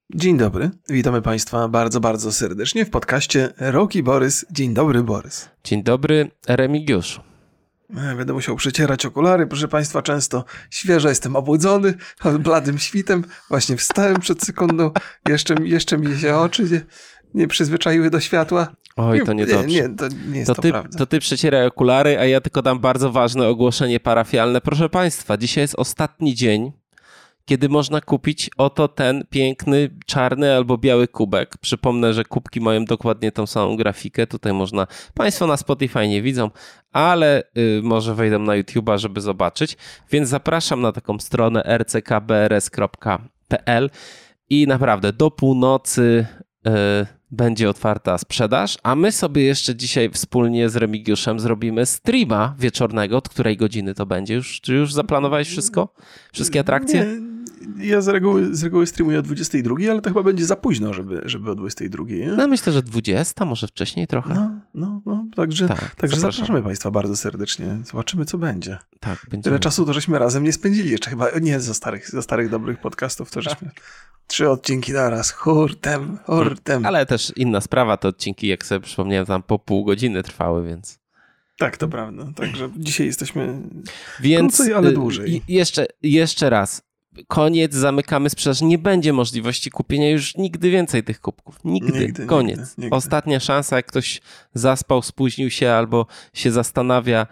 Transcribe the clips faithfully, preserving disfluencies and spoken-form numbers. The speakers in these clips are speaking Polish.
Dzień dobry, witamy Państwa bardzo, bardzo serdecznie w podcaście Roki Borys. Dzień dobry, Borys. Dzień dobry, Remigiuszu. Będę musiał przecierać okulary, proszę Państwa, często świeżo jestem obudzony, bladym świtem, właśnie wstałem przed sekundą, jeszcze, jeszcze mi się oczy nie, nie przyzwyczaiły do światła. Oj, to niedobrze. Nie, nie, to nie jest to, to ty, prawda. To ty przecieraj okulary, a ja tylko dam bardzo ważne ogłoszenie parafialne. Proszę Państwa, dzisiaj jest ostatni dzień, kiedy można kupić oto ten piękny czarny albo biały kubek. Przypomnę, że kubki mają dokładnie tą samą grafikę. Tutaj można, Państwo na Spotify nie widzą, ale y, może wejdą na YouTube'a, żeby zobaczyć. Więc zapraszam na taką stronę r c k b r s kropka p l i naprawdę do północy y, będzie otwarta sprzedaż, a my sobie jeszcze dzisiaj wspólnie z Remigiuszem zrobimy streama wieczornego. Od której godziny to będzie? Już, czy już zaplanowałeś wszystko? Wszystkie atrakcje? Nie. Ja z reguły, z reguły streamuję o dwudziestej drugiej, ale to chyba będzie za późno, żeby, żeby o dwudziestej drugiej. Nie? No myślę, że dwudziesta, może wcześniej trochę. No, no, no. Także, tak, także zapraszamy. zapraszamy Państwa bardzo serdecznie. Zobaczymy, co będzie. Tak, będziemy. Tyle czasu to żeśmy razem nie spędzili jeszcze chyba, nie za starych, za starych dobrych podcastów, to żeśmy trzy odcinki naraz, hurtem, hurtem. Ale też inna sprawa, te odcinki, jak sobie przypomniałem, tam po pół godziny trwały, więc... Tak, to prawda. Także dzisiaj jesteśmy więc, krócej, ale dłużej. Jeszcze, jeszcze raz. Koniec, zamykamy sprzedaż. Nie będzie możliwości kupienia już nigdy więcej tych kubków. Nigdy. Nigdy, Koniec. Nigdy, nigdy. Ostatnia szansa, jak ktoś zaspał, spóźnił się albo się zastanawia,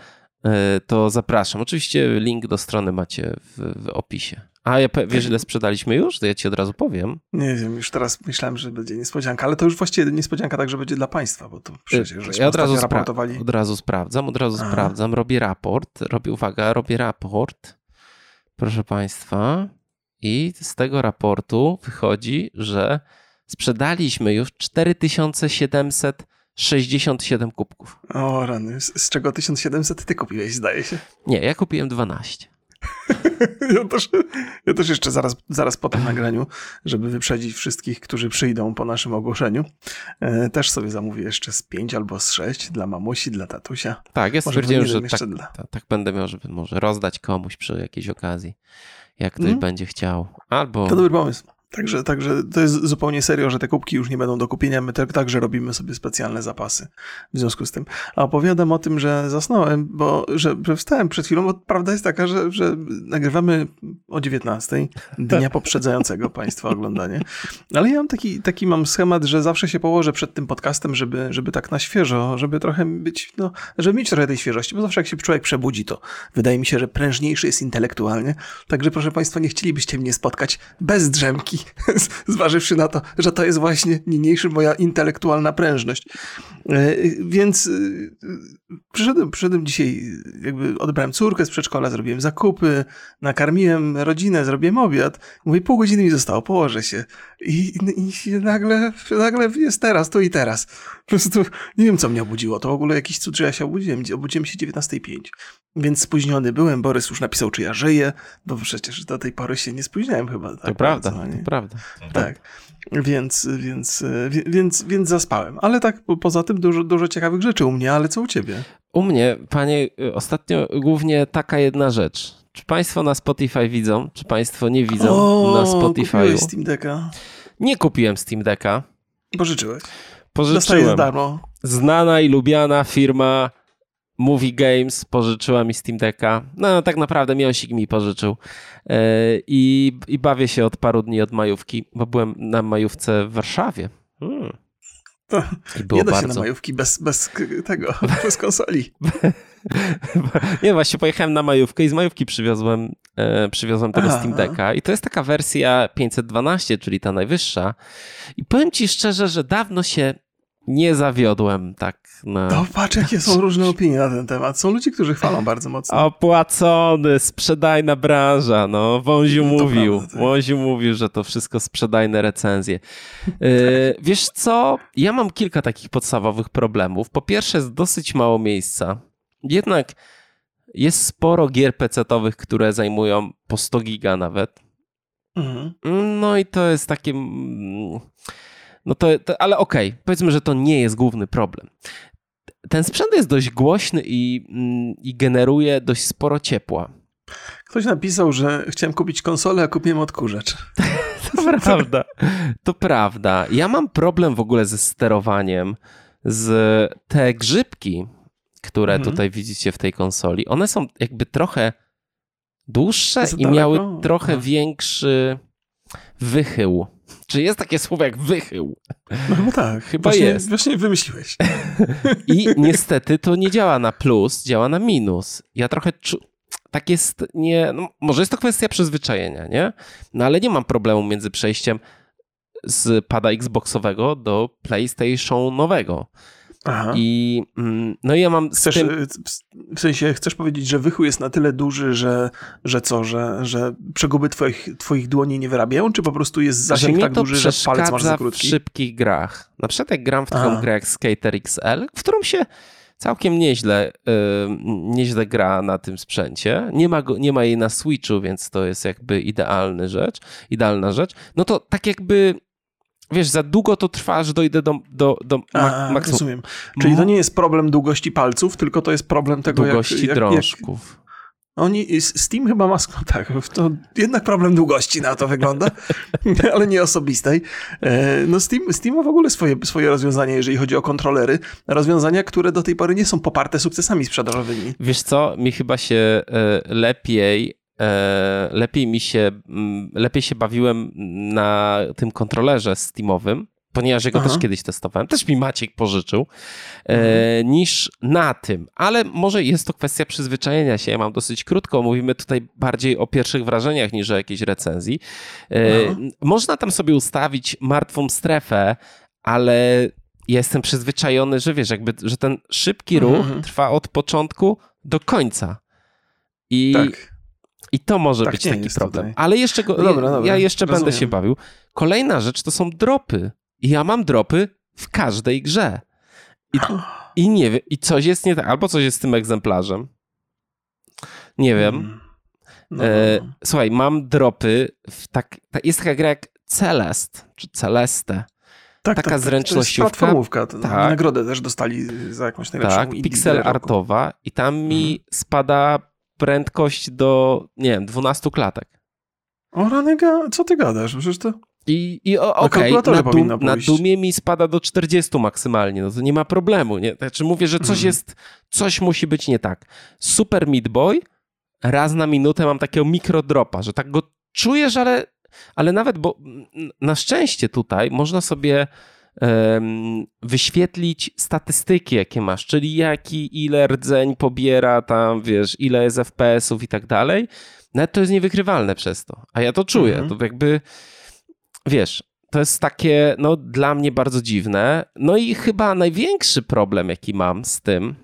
to zapraszam. Oczywiście link do strony macie w, w opisie. A ja pe- wiesz, ile sprzedaliśmy już? To ja ci od razu powiem. Nie wiem, już teraz myślałem, że będzie niespodzianka, ale to już właściwie niespodzianka także będzie dla Państwa, bo to przecież żeśmy ja od razu, raportowali. Spra- od razu sprawdzam, od razu Aha. sprawdzam. Robię raport. Robię, uwaga, robię raport. Proszę Państwa. I z tego raportu wychodzi, że sprzedaliśmy już cztery tysiące siedemset sześćdziesiąt siedem kubków. O rany, z, z czego tysiąc siedemset ty kupiłeś, zdaje się. Nie, ja kupiłem dwanaście. Ja też, ja też jeszcze zaraz, zaraz po tym nagraniu, żeby wyprzedzić wszystkich, którzy przyjdą po naszym ogłoszeniu, e, też sobie zamówię jeszcze z pięć albo z sześć dla mamusi, dla tatusia. Tak, ja Może stwierdziłem, że jeszcze tak, dla... tak, tak będę miał, żeby może rozdać komuś przy jakiejś okazji, jak ktoś Mm. będzie chciał. Albo... To dobry pomysł. Także, także to jest zupełnie serio, że te kubki już nie będą do kupienia. My tak, także robimy sobie specjalne zapasy w związku z tym. A opowiadam o tym, że zasnąłem, bo że, że wstałem przed chwilą, bo prawda jest taka, że, że nagrywamy o dziewiętnastej dnia poprzedzającego Państwa oglądanie. Ale ja mam taki, taki mam schemat, że zawsze się położę przed tym podcastem, żeby, żeby tak na świeżo, żeby trochę być, no, żeby mieć trochę tej świeżości, bo zawsze jak się człowiek przebudzi, to wydaje mi się, że prężniejszy jest intelektualnie. Także proszę Państwa, nie chcielibyście mnie spotkać bez drzemki. Zważywszy na to, że to jest właśnie niniejszy moja intelektualna prężność. Więc przyszedłem, przyszedłem dzisiaj, jakby odebrałem córkę z przedszkola, zrobiłem zakupy, nakarmiłem rodzinę, zrobiłem obiad. Mówię, pół godziny mi zostało, położę się. I, i nagle, nagle jest teraz, tu i teraz. Po prostu nie wiem, co mnie obudziło. To w ogóle jakiś cud, że ja się obudziłem. Obudziłem się dziewiętnasta pięć. Więc spóźniony byłem. Borys już napisał, czy ja żyję, bo przecież do tej pory się nie spóźniałem chyba. Tak to prawda, bardzo, to prawda. Tak. Więc, więc, więc, więc zaspałem. Ale tak poza tym dużo, dużo ciekawych rzeczy u mnie, ale co u ciebie? U mnie, panie, ostatnio głównie taka jedna rzecz. Czy państwo na Spotify widzą, czy państwo nie widzą o, na Spotify'u? Kupiłeś Steam Decka. Nie kupiłem Steam Decka. Pożyczyłeś. Pożyczyłem. Dostajesz za darmo. Znana i lubiana firma Movie Games pożyczyła mi Steam Decka. No tak naprawdę Miosik mi pożyczył. Yy, i, I bawię się od paru dni od majówki, bo byłem na majówce w Warszawie. Hmm. To I było nie da bardzo... się na majówki bez, bez tego, bez konsoli. Nie, właśnie pojechałem na majówkę i z majówki przywiozłem, e, przywiozłem tego Aha, Steam Decka i to jest taka wersja pięćset dwanaście, czyli ta najwyższa. I powiem ci szczerze, że dawno się nie zawiodłem tak na... To patrz, jakie są różne opinie na ten temat. Są ludzie, którzy chwalą bardzo mocno. Opłacony, sprzedajna branża, no. Wąziu No mówił, prawda, tak. Wąziu mówił, że to wszystko sprzedajne recenzje. Yy, wiesz co, ja mam kilka takich podstawowych problemów. Po pierwsze, jest dosyć mało miejsca. Jednak jest sporo gier pecetowych, które zajmują po sto giga nawet. Mhm. No i to jest takie... mm, No to, to ale okej, okay, powiedzmy, że to nie jest główny problem. Ten sprzęt jest dość głośny i, i generuje dość sporo ciepła. Ktoś napisał, że chciałem kupić konsolę, a kupiłem odkurzacz. prawda. To prawda. Ja mam problem w ogóle ze sterowaniem, z te grzybki, które mhm. tutaj widzicie w tej konsoli, one są jakby trochę dłuższe i miały trochę Aha. większy wychył. Czy jest takie słowo jak wychył? No chyba tak. Chyba właśnie, jest. Właśnie wymyśliłeś. I niestety to nie działa na plus, działa na minus. Ja trochę czu... tak jest, nie... No, może jest to kwestia przyzwyczajenia, nie? No ale nie mam problemu między przejściem z pada Xboxowego do PlayStationowego. Aha. I no i ja mam... Chcesz, tym... w sensie chcesz powiedzieć, że wychył jest na tyle duży, że, że co, że, że przeguby twoich, twoich dłoni nie wyrabiają, czy po prostu jest zasięg tak duży, że palec masz za krótki? W szybkich grach. Na przykład jak gram w taką Aha. grę jak Skater X L, w którą się całkiem nieźle, yy, nieźle gra na tym sprzęcie. Nie ma, go, nie ma jej na Switchu, więc to jest jakby idealny rzecz, idealna rzecz. No to tak jakby... Wiesz, za długo to trwa, aż dojdę do, do, do A, maksimum. Rozumiem. Czyli to nie jest problem długości palców, tylko to jest problem tego, długości jak... Długości drążków. Jak... Oni, Steam chyba ma, no tak, to jednak problem długości na to wygląda, ale nie osobistej. No Steam, Steam ma w ogóle swoje, swoje rozwiązania, jeżeli chodzi o kontrolery. Rozwiązania, które do tej pory nie są poparte sukcesami sprzedażowymi. Wiesz co, mi chyba się lepiej... lepiej mi się, lepiej się bawiłem na tym kontrolerze Steamowym, ponieważ ja go Aha. też kiedyś testowałem, też mi Maciek pożyczył, e, niż na tym, ale może jest to kwestia przyzwyczajenia się, ja mam dosyć krótko, mówimy tutaj bardziej o pierwszych wrażeniach niż o jakiejś recenzji. E, można tam sobie ustawić martwą strefę, ale ja jestem przyzwyczajony, że wiesz, jakby, że ten szybki ruch mhm. trwa od początku do końca. I tak. I to może tak być taki problem. Tutaj. Ale jeszcze go, no dobra, dobra. ja jeszcze Rozumiem. będę się bawił. Kolejna rzecz to są dropy. I ja mam dropy w każdej grze. I, i nie wiem, i coś jest nie tak. Albo coś jest z tym egzemplarzem. Nie wiem. Hmm. No. E, słuchaj, mam dropy w tak, ta, jest taka gra jak Celeste, czy Celeste. Tak, taka tak, zręcznościówka. To jest platformówka. Tak. Nagrodę też dostali za jakąś najlepszą Tak, pixel artowa i tam mi hmm. spada prędkość do, nie wiem, dwunastu klatek. O ranyga, co ty gadasz? Przecież to... I, i okej, okay, na, dum, na Dumie mi spada do czterdziestu maksymalnie, no to nie ma problemu, nie? Znaczy mówię, że coś hmm. jest, coś musi być nie tak. Super Meat Boy, raz na minutę mam takiego mikrodropa, że tak go czujesz, ale, ale nawet, bo na szczęście tutaj można sobie um, wyświetlić statystyki, jakie masz, czyli jaki, ile rdzeń pobiera tam, wiesz, ile jest F P S ów i tak dalej. Nawet to jest niewykrywalne przez to, a ja to czuję, mhm. to jakby... Wiesz, to jest takie, no dla mnie bardzo dziwne. No i chyba największy problem, jaki mam z tym,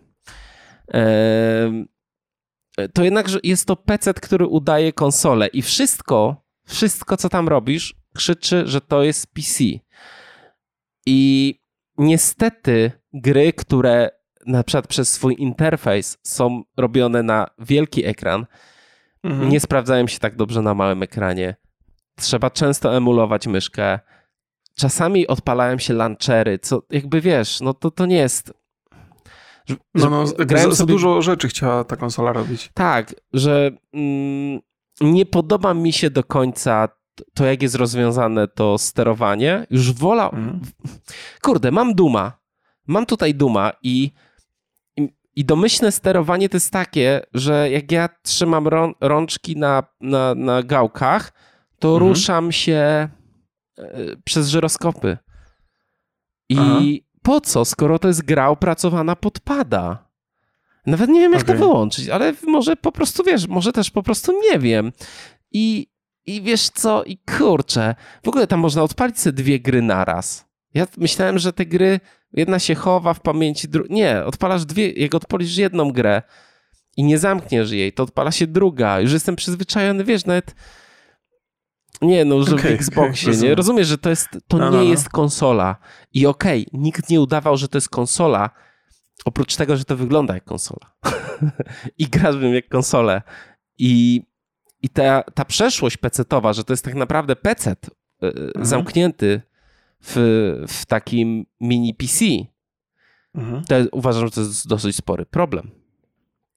yy, to jednak, że jest to P C, który udaje konsolę i wszystko, wszystko co tam robisz, krzyczy, że to jest P C. I niestety gry, które na przykład przez swój interfejs są robione na wielki ekran, mhm. nie sprawdzają się tak dobrze na małym ekranie. Trzeba często emulować myszkę. Czasami odpalają się launchery, co jakby wiesz, no to, to nie jest... Że, no, no za, za sobie... dużo rzeczy chciała ta konsola robić. Tak, że mm, nie podoba mi się do końca to, jak jest rozwiązane to sterowanie. Już wola... Mm. Kurde, mam Duma. Mam tutaj Duma i, i, i domyślne sterowanie to jest takie, że jak ja trzymam rą, rączki na, na, na gałkach, to mhm. ruszam się przez żyroskopy. I Aha. po co, skoro to jest gra opracowana pod pada? Nawet nie wiem, jak okay. to wyłączyć, ale może po prostu, wiesz, może też po prostu nie wiem. I, i wiesz co, i kurczę, w ogóle tam można odpalić sobie dwie gry naraz. Ja myślałem, że te gry, jedna się chowa w pamięci, dru... nie, odpalasz dwie, jak odpalisz jedną grę i nie zamkniesz jej, to odpala się druga. Już jestem przyzwyczajony, wiesz, nawet nie, no, że okay, w Xboxie, okay, nie? Rozumiesz, że to, jest, to no, nie no, no. jest konsola. I okej, okay, nikt nie udawał, że to jest konsola, oprócz tego, że to wygląda jak konsola. I grasz w nim jak konsolę. I, i ta, ta przeszłość pecetowa, że to jest tak naprawdę pecet mhm. zamknięty w, w takim mini P C, mhm. to uważam, że to jest dosyć spory problem.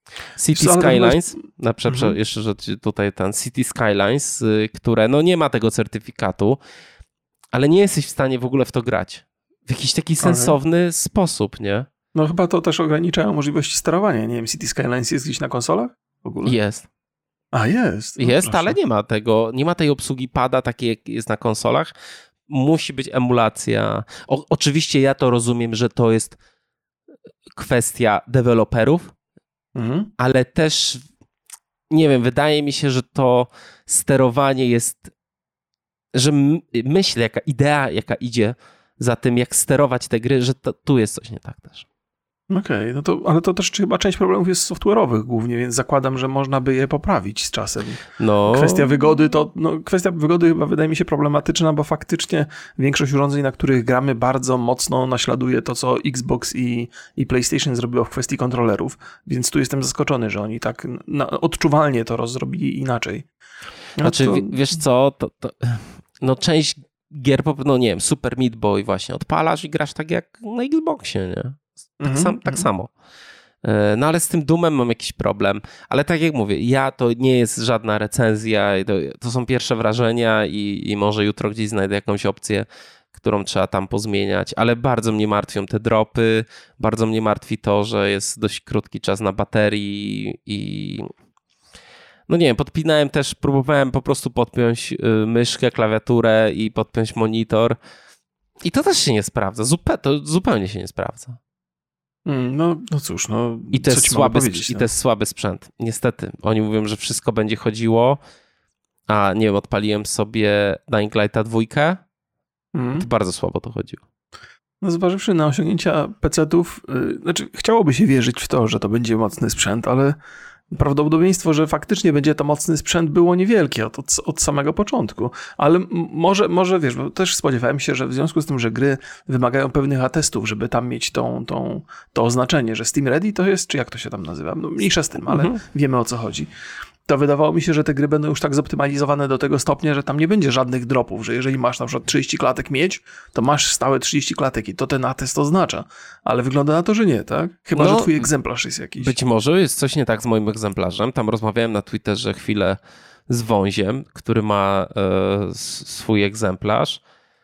City Ale to chyba Skylines, jest- na przykład Mhm. jeszcze, że ci tutaj ten City Skylines, y, które no nie ma tego certyfikatu, ale nie jesteś w stanie w ogóle w to grać. W jakiś taki sensowny sposób, nie? No chyba to też ograniczają możliwości sterowania. Nie wiem, City Skylines jest gdzieś na konsolach w ogóle? Jest. A, jest. No Jest, proszę. ale nie ma tego, nie ma tej obsługi pada takiej, jak jest na konsolach. Musi być emulacja. O, oczywiście ja to rozumiem, że to jest kwestia deweloperów, Mhm. ale też nie wiem, wydaje mi się, że to sterowanie jest, że m- myśl, jaka idea, jaka idzie za tym, jak sterować te gry, że to, tu jest coś nie tak też. Okej, no to, ale to też chyba część problemów jest software'owych głównie, więc zakładam, że można by je poprawić z czasem. No, Kwestia wygody to, no kwestia wygody chyba wydaje mi się problematyczna, bo faktycznie większość urządzeń, na których gramy, bardzo mocno naśladuje to, co Xbox i, i PlayStation zrobiło w kwestii kontrolerów, więc tu jestem zaskoczony, że oni tak na, odczuwalnie to rozrobili inaczej. No znaczy, to, w- wiesz co, to, to, no część gier, po- no nie wiem, Super Meat Boy właśnie, odpalasz i grasz tak jak na Xboxie, nie? Tak, Mhm, sam, tak mhm. samo. E, No ale z tym Doomem mam jakiś problem. Ale tak jak mówię, ja to nie jest żadna recenzja, i to, to są pierwsze wrażenia i, i może jutro gdzieś znajdę jakąś opcję, którą trzeba tam pozmieniać, ale bardzo mnie martwią te dropy, bardzo mnie martwi to, że jest dość krótki czas na baterii i no nie wiem, podpinałem też, próbowałem po prostu podpiąć y, myszkę, klawiaturę i podpiąć monitor i to też się nie sprawdza, Zupe- to zupełnie się nie sprawdza. Mm, No, no cóż, no I to, co jest ci mogę słaby, powiedzieć, I no. to jest słaby sprzęt. Niestety. Oni mówią, że wszystko będzie chodziło, a nie wiem, odpaliłem sobie Dying Lighta dwójkę, Mhm. to bardzo słabo to chodziło. No zważywszy na osiągnięcia pecetów, yy, znaczy chciałoby się wierzyć w to, że to będzie mocny sprzęt, ale prawdopodobieństwo, że faktycznie będzie to mocny sprzęt było niewielkie od, od, od samego początku. Ale m- może, może wiesz, bo też spodziewałem się, że w związku z tym, że gry wymagają pewnych atestów, żeby tam mieć tą, tą, to oznaczenie, że Steam Ready to jest, czy jak to się tam nazywa, no mniejsza z tym, ale Mhm. wiemy o co chodzi. To wydawało mi się, że te gry będą już tak zoptymalizowane do tego stopnia, że tam nie będzie żadnych dropów, że jeżeli masz na przykład trzydzieści klatek mieć, to masz stałe trzydzieści klatek i to ten atest oznacza. Ale wygląda na to, że nie, tak? Chyba, No, że twój egzemplarz jest jakiś. Być może jest coś nie tak z moim egzemplarzem. Tam rozmawiałem na Twitterze chwilę z Wąziem, który ma e, s- swój egzemplarz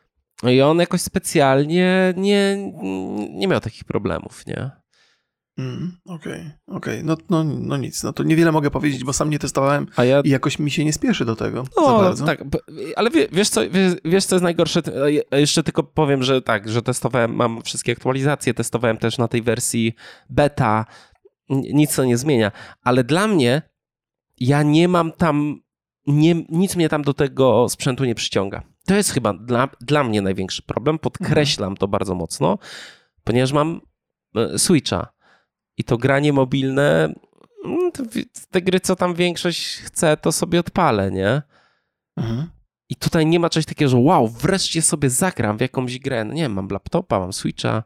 i on jakoś specjalnie nie, nie miał takich problemów, nie? Mm, Okej, okej. No, no, no nic, no to niewiele mogę powiedzieć, bo sam nie testowałem A ja i jakoś mi się nie spieszy do tego za No, bardzo. tak, b- ale wie, wiesz, co, wiesz, wiesz, co jest najgorsze? Ja jeszcze tylko powiem, że tak, że testowałem, mam wszystkie aktualizacje, testowałem też na tej wersji beta, N- nic to nie zmienia, ale dla mnie, ja nie mam tam, nie, nic mnie tam do tego sprzętu nie przyciąga. To jest chyba dla, dla mnie największy problem, podkreślam to bardzo mocno, ponieważ mam e, Switcha i to granie mobilne, mm, to wi- te gry, co tam większość chce, to sobie odpalę, nie? Mhm. I tutaj nie ma czegoś takiego, że wow, wreszcie sobie zagram w jakąś grę. No nie wiem, mam laptopa, mam Switcha.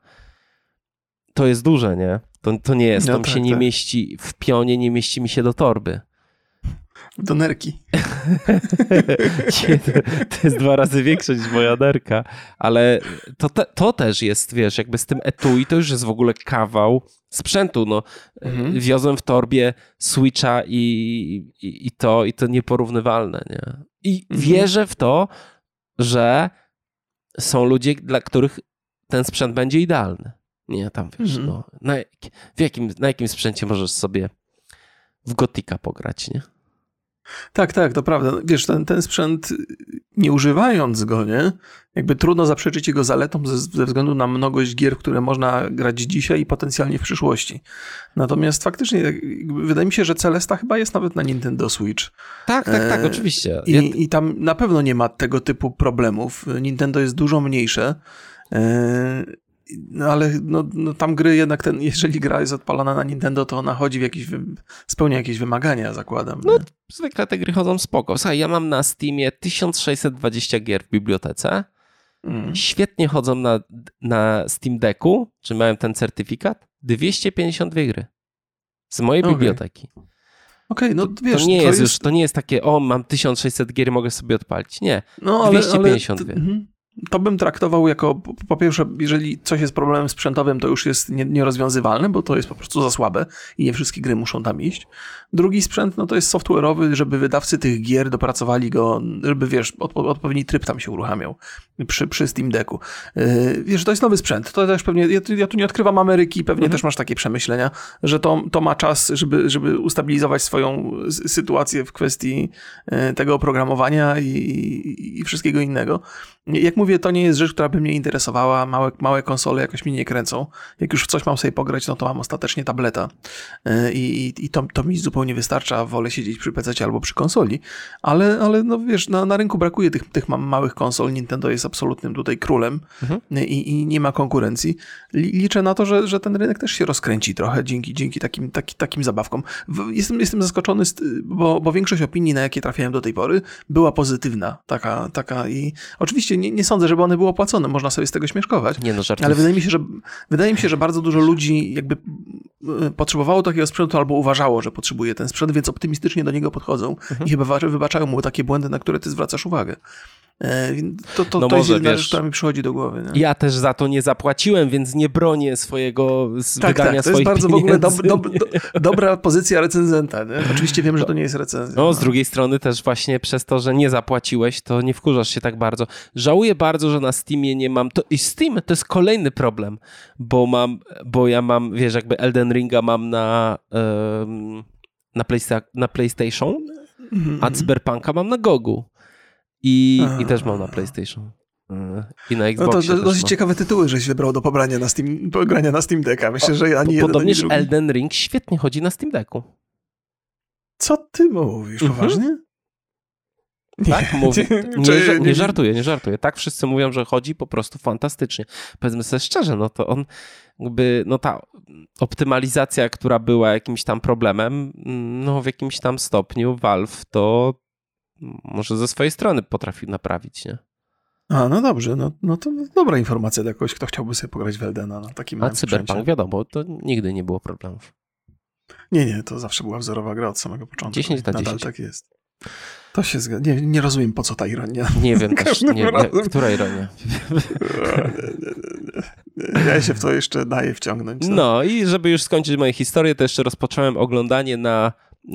To jest duże, nie? To, to nie jest, No to mi tak, się nie tak. mieści w pionie, nie mieści mi się do torby. Do nerki. Nie, to, to jest dwa razy większe niż moja nerka, ale to, te, to też jest, wiesz, jakby z tym etui to już jest w ogóle kawał sprzętu, no. Mhm. Wiozłem w torbie Switcha i, i, i to, i to nieporównywalne, nie? I Mhm. wierzę w to, że są ludzie, dla których ten sprzęt będzie idealny. Nie, tam wiesz, Mhm. no, na, jak- w jakim, na jakim sprzęcie możesz sobie w Gotika pograć, nie? Tak, tak, to prawda. Wiesz, ten, ten sprzęt, nie używając go, nie? Jakby trudno zaprzeczyć jego zaletom ze, ze względu na mnogość gier, które można grać dzisiaj i potencjalnie w przyszłości. Natomiast faktycznie jakby wydaje mi się, że Celesta chyba jest nawet na Nintendo Switch. Tak, tak, tak, E, oczywiście. I, Ja, I tam na pewno nie ma tego typu problemów. Nintendo jest dużo mniejsze. e, No ale no, no tam gry jednak, ten, jeżeli gra jest odpalana na Nintendo, to ona chodzi w jakieś, wy- spełnia jakieś wymagania, zakładam. No, nie? zwykle te gry chodzą spoko. Słuchaj, ja mam na Steamie tysiąc sześćset dwadzieścia gier w bibliotece. Mm. Świetnie chodzą na, na Steam Decku, czy mają ten certyfikat, dwieście pięćdziesiąt dwie gry z mojej Okej. biblioteki. Okej, no To, wiesz, to nie to jest już, to nie jest takie, o, mam tysiąc sześćset gier, mogę sobie odpalić. Nie. no, ale, dwieście pięćdziesiąt dwie. Ale, t- mhm. To bym traktował jako, po pierwsze, jeżeli coś jest problemem sprzętowym, to już jest nie, nierozwiązywalne, bo to jest po prostu za słabe i nie wszystkie gry muszą tam iść. Drugi sprzęt, no to jest software'owy, żeby wydawcy tych gier dopracowali go, żeby, wiesz, odpo, odpowiedni tryb tam się uruchamiał przy, przy Steam Decku. Yy, wiesz, to jest nowy sprzęt. To też pewnie, ja, ja tu nie odkrywam Ameryki, pewnie mhm. też masz takie przemyślenia, że to, to ma czas, żeby, żeby ustabilizować swoją sytuację w kwestii tego oprogramowania i, i, i wszystkiego innego. Jak mówię, to nie jest rzecz, która by mnie interesowała. Małe, małe konsole jakoś mnie nie kręcą. Jak już w coś mam sobie pograć, no to mam ostatecznie tableta. I, i, i to, to mi zupełnie wystarcza. Wolę siedzieć przy pececie albo przy konsoli. Ale, ale no wiesz, na, na rynku brakuje tych, tych małych konsol. Nintendo jest absolutnym tutaj królem mhm. i, i nie ma konkurencji. Liczę na to, że, że ten rynek też się rozkręci trochę dzięki, dzięki takim, taki, takim zabawkom. Jestem, jestem zaskoczony, bo, bo większość opinii, na jakie trafiałem do tej pory, była pozytywna. Taka, taka i oczywiście Nie, nie sądzę, żeby one były opłacone, można sobie z tego śmieszkować, nie no, ale wydaje mi się, że wydaje mi się, że bardzo dużo ludzi jakby potrzebowało takiego sprzętu albo uważało, że potrzebuje ten sprzęt, więc optymistycznie do niego podchodzą mhm. i chyba wybaczają mu takie błędy, na które ty zwracasz uwagę. To, to, no to może, jest jedna wiesz, rzecz, która mi przychodzi do głowy. Nie? Ja też za to nie zapłaciłem, więc nie bronię swojego z tak, wydania tak, to swoich jest bardzo pieniędzy. w ogóle do, do, do, dobra pozycja recenzenta. Nie? Oczywiście wiem, że to nie jest recenzja. No, no, z drugiej strony też właśnie przez to, że nie zapłaciłeś, to nie wkurzasz się tak bardzo. Żałuję bardzo, że na Steamie nie mam... To, I Steam to jest kolejny problem, bo mam, bo ja mam, wiesz, jakby Elden Ringa mam na, um, na, Playsta- na PlayStation, mm-hmm. a Cyberpunka mam na Gogu. I, I też mam na PlayStation. I na Xboxie. No to dosyć ciekawe tytuły, żeś wybrał do pobrania na Steam, pogrania na Steam Decka. Myślę, że ani jeden, Podobnież ani drugi. Elden Ring świetnie chodzi na Steam Decku. Co ty mówisz? Poważnie? Nie, tak, mówię. Nie, nie żartuję, nie żartuję. Tak wszyscy mówią, że chodzi po prostu fantastycznie. Powiedzmy sobie szczerze, no to on jakby, no ta optymalizacja, która była jakimś tam problemem, no w jakimś tam stopniu Valve to może ze swojej strony potrafił naprawić, nie? A, no dobrze, no, no to dobra informacja dla kogoś, kto chciałby sobie pograć w Eldena na takim A Cyberpunk, sprzęcie. Wiadomo, to nigdy nie było problemów. Nie, nie, to zawsze była wzorowa gra od samego początku. dziesięć na Nadal dziesięć. tak jest. To się zgadza. Nie, nie rozumiem, po co ta ironia. Nie wiem też, nie, nie, która ironia? nie, nie, nie, nie. Ja się w to jeszcze daję wciągnąć. No. no i żeby już skończyć moją historię, to jeszcze rozpocząłem oglądanie na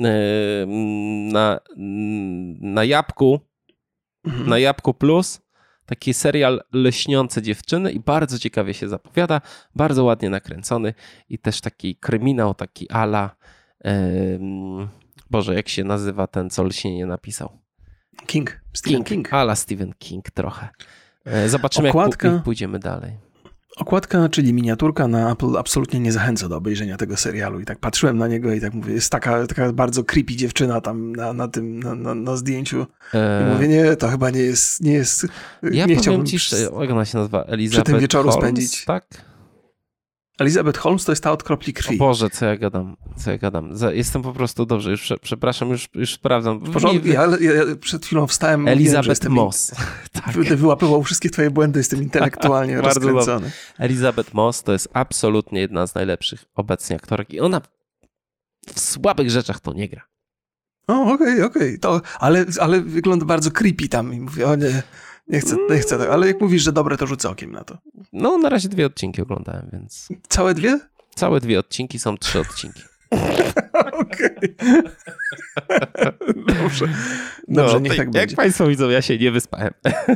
na, na Jabłku, mhm. na Jabłku Plus, taki serial Lśniące dziewczyny i bardzo ciekawie się zapowiada, bardzo ładnie nakręcony i też taki kryminał, taki ala um, Boże, jak się nazywa ten, co Lśnienie napisał? King. Stephen King. King. Ala Stephen King trochę. Zobaczymy, Okładka... jak, jak pójdziemy dalej. Okładka, czyli miniaturka na Apple absolutnie nie zachęca do obejrzenia tego serialu i tak patrzyłem na niego i tak mówię, jest taka, taka bardzo creepy dziewczyna tam na, na tym, na, na, na zdjęciu eee... i mówię, nie, to chyba nie jest, nie jest, ja nie chciałbym ci, przy, jak ona się nazywa, Elizabeth przy tym wieczoru Holmes, spędzić. Tak? Elizabeth Holmes to jest ta od kropli krwi. O Boże, co ja gadam, co ja gadam. Jestem po prostu dobrze, już przepraszam, już, już sprawdzam. W porządku, ja, ja przed chwilą wstałem. Elizabeth mówiłem, Moss. tak. Wy, wyłapywał wszystkie twoje błędy, jestem intelektualnie rozkręcony. Elizabeth Moss to jest absolutnie jedna z najlepszych obecnie aktorek i ona w słabych rzeczach to nie gra. O, okej, okay, okej, okay. ale, ale wygląda bardzo creepy tam i mówię, o nie... Nie chcę, nie chcę tak, ale jak mówisz, że dobre, to rzucę okiem na to. No, na razie dwie odcinki oglądałem, więc... Całe dwie? Całe dwie odcinki, są trzy odcinki. Okej. Dobrze. Dobrze, no, niech tak jak będzie. Jak państwo widzą, ja się nie wyspałem.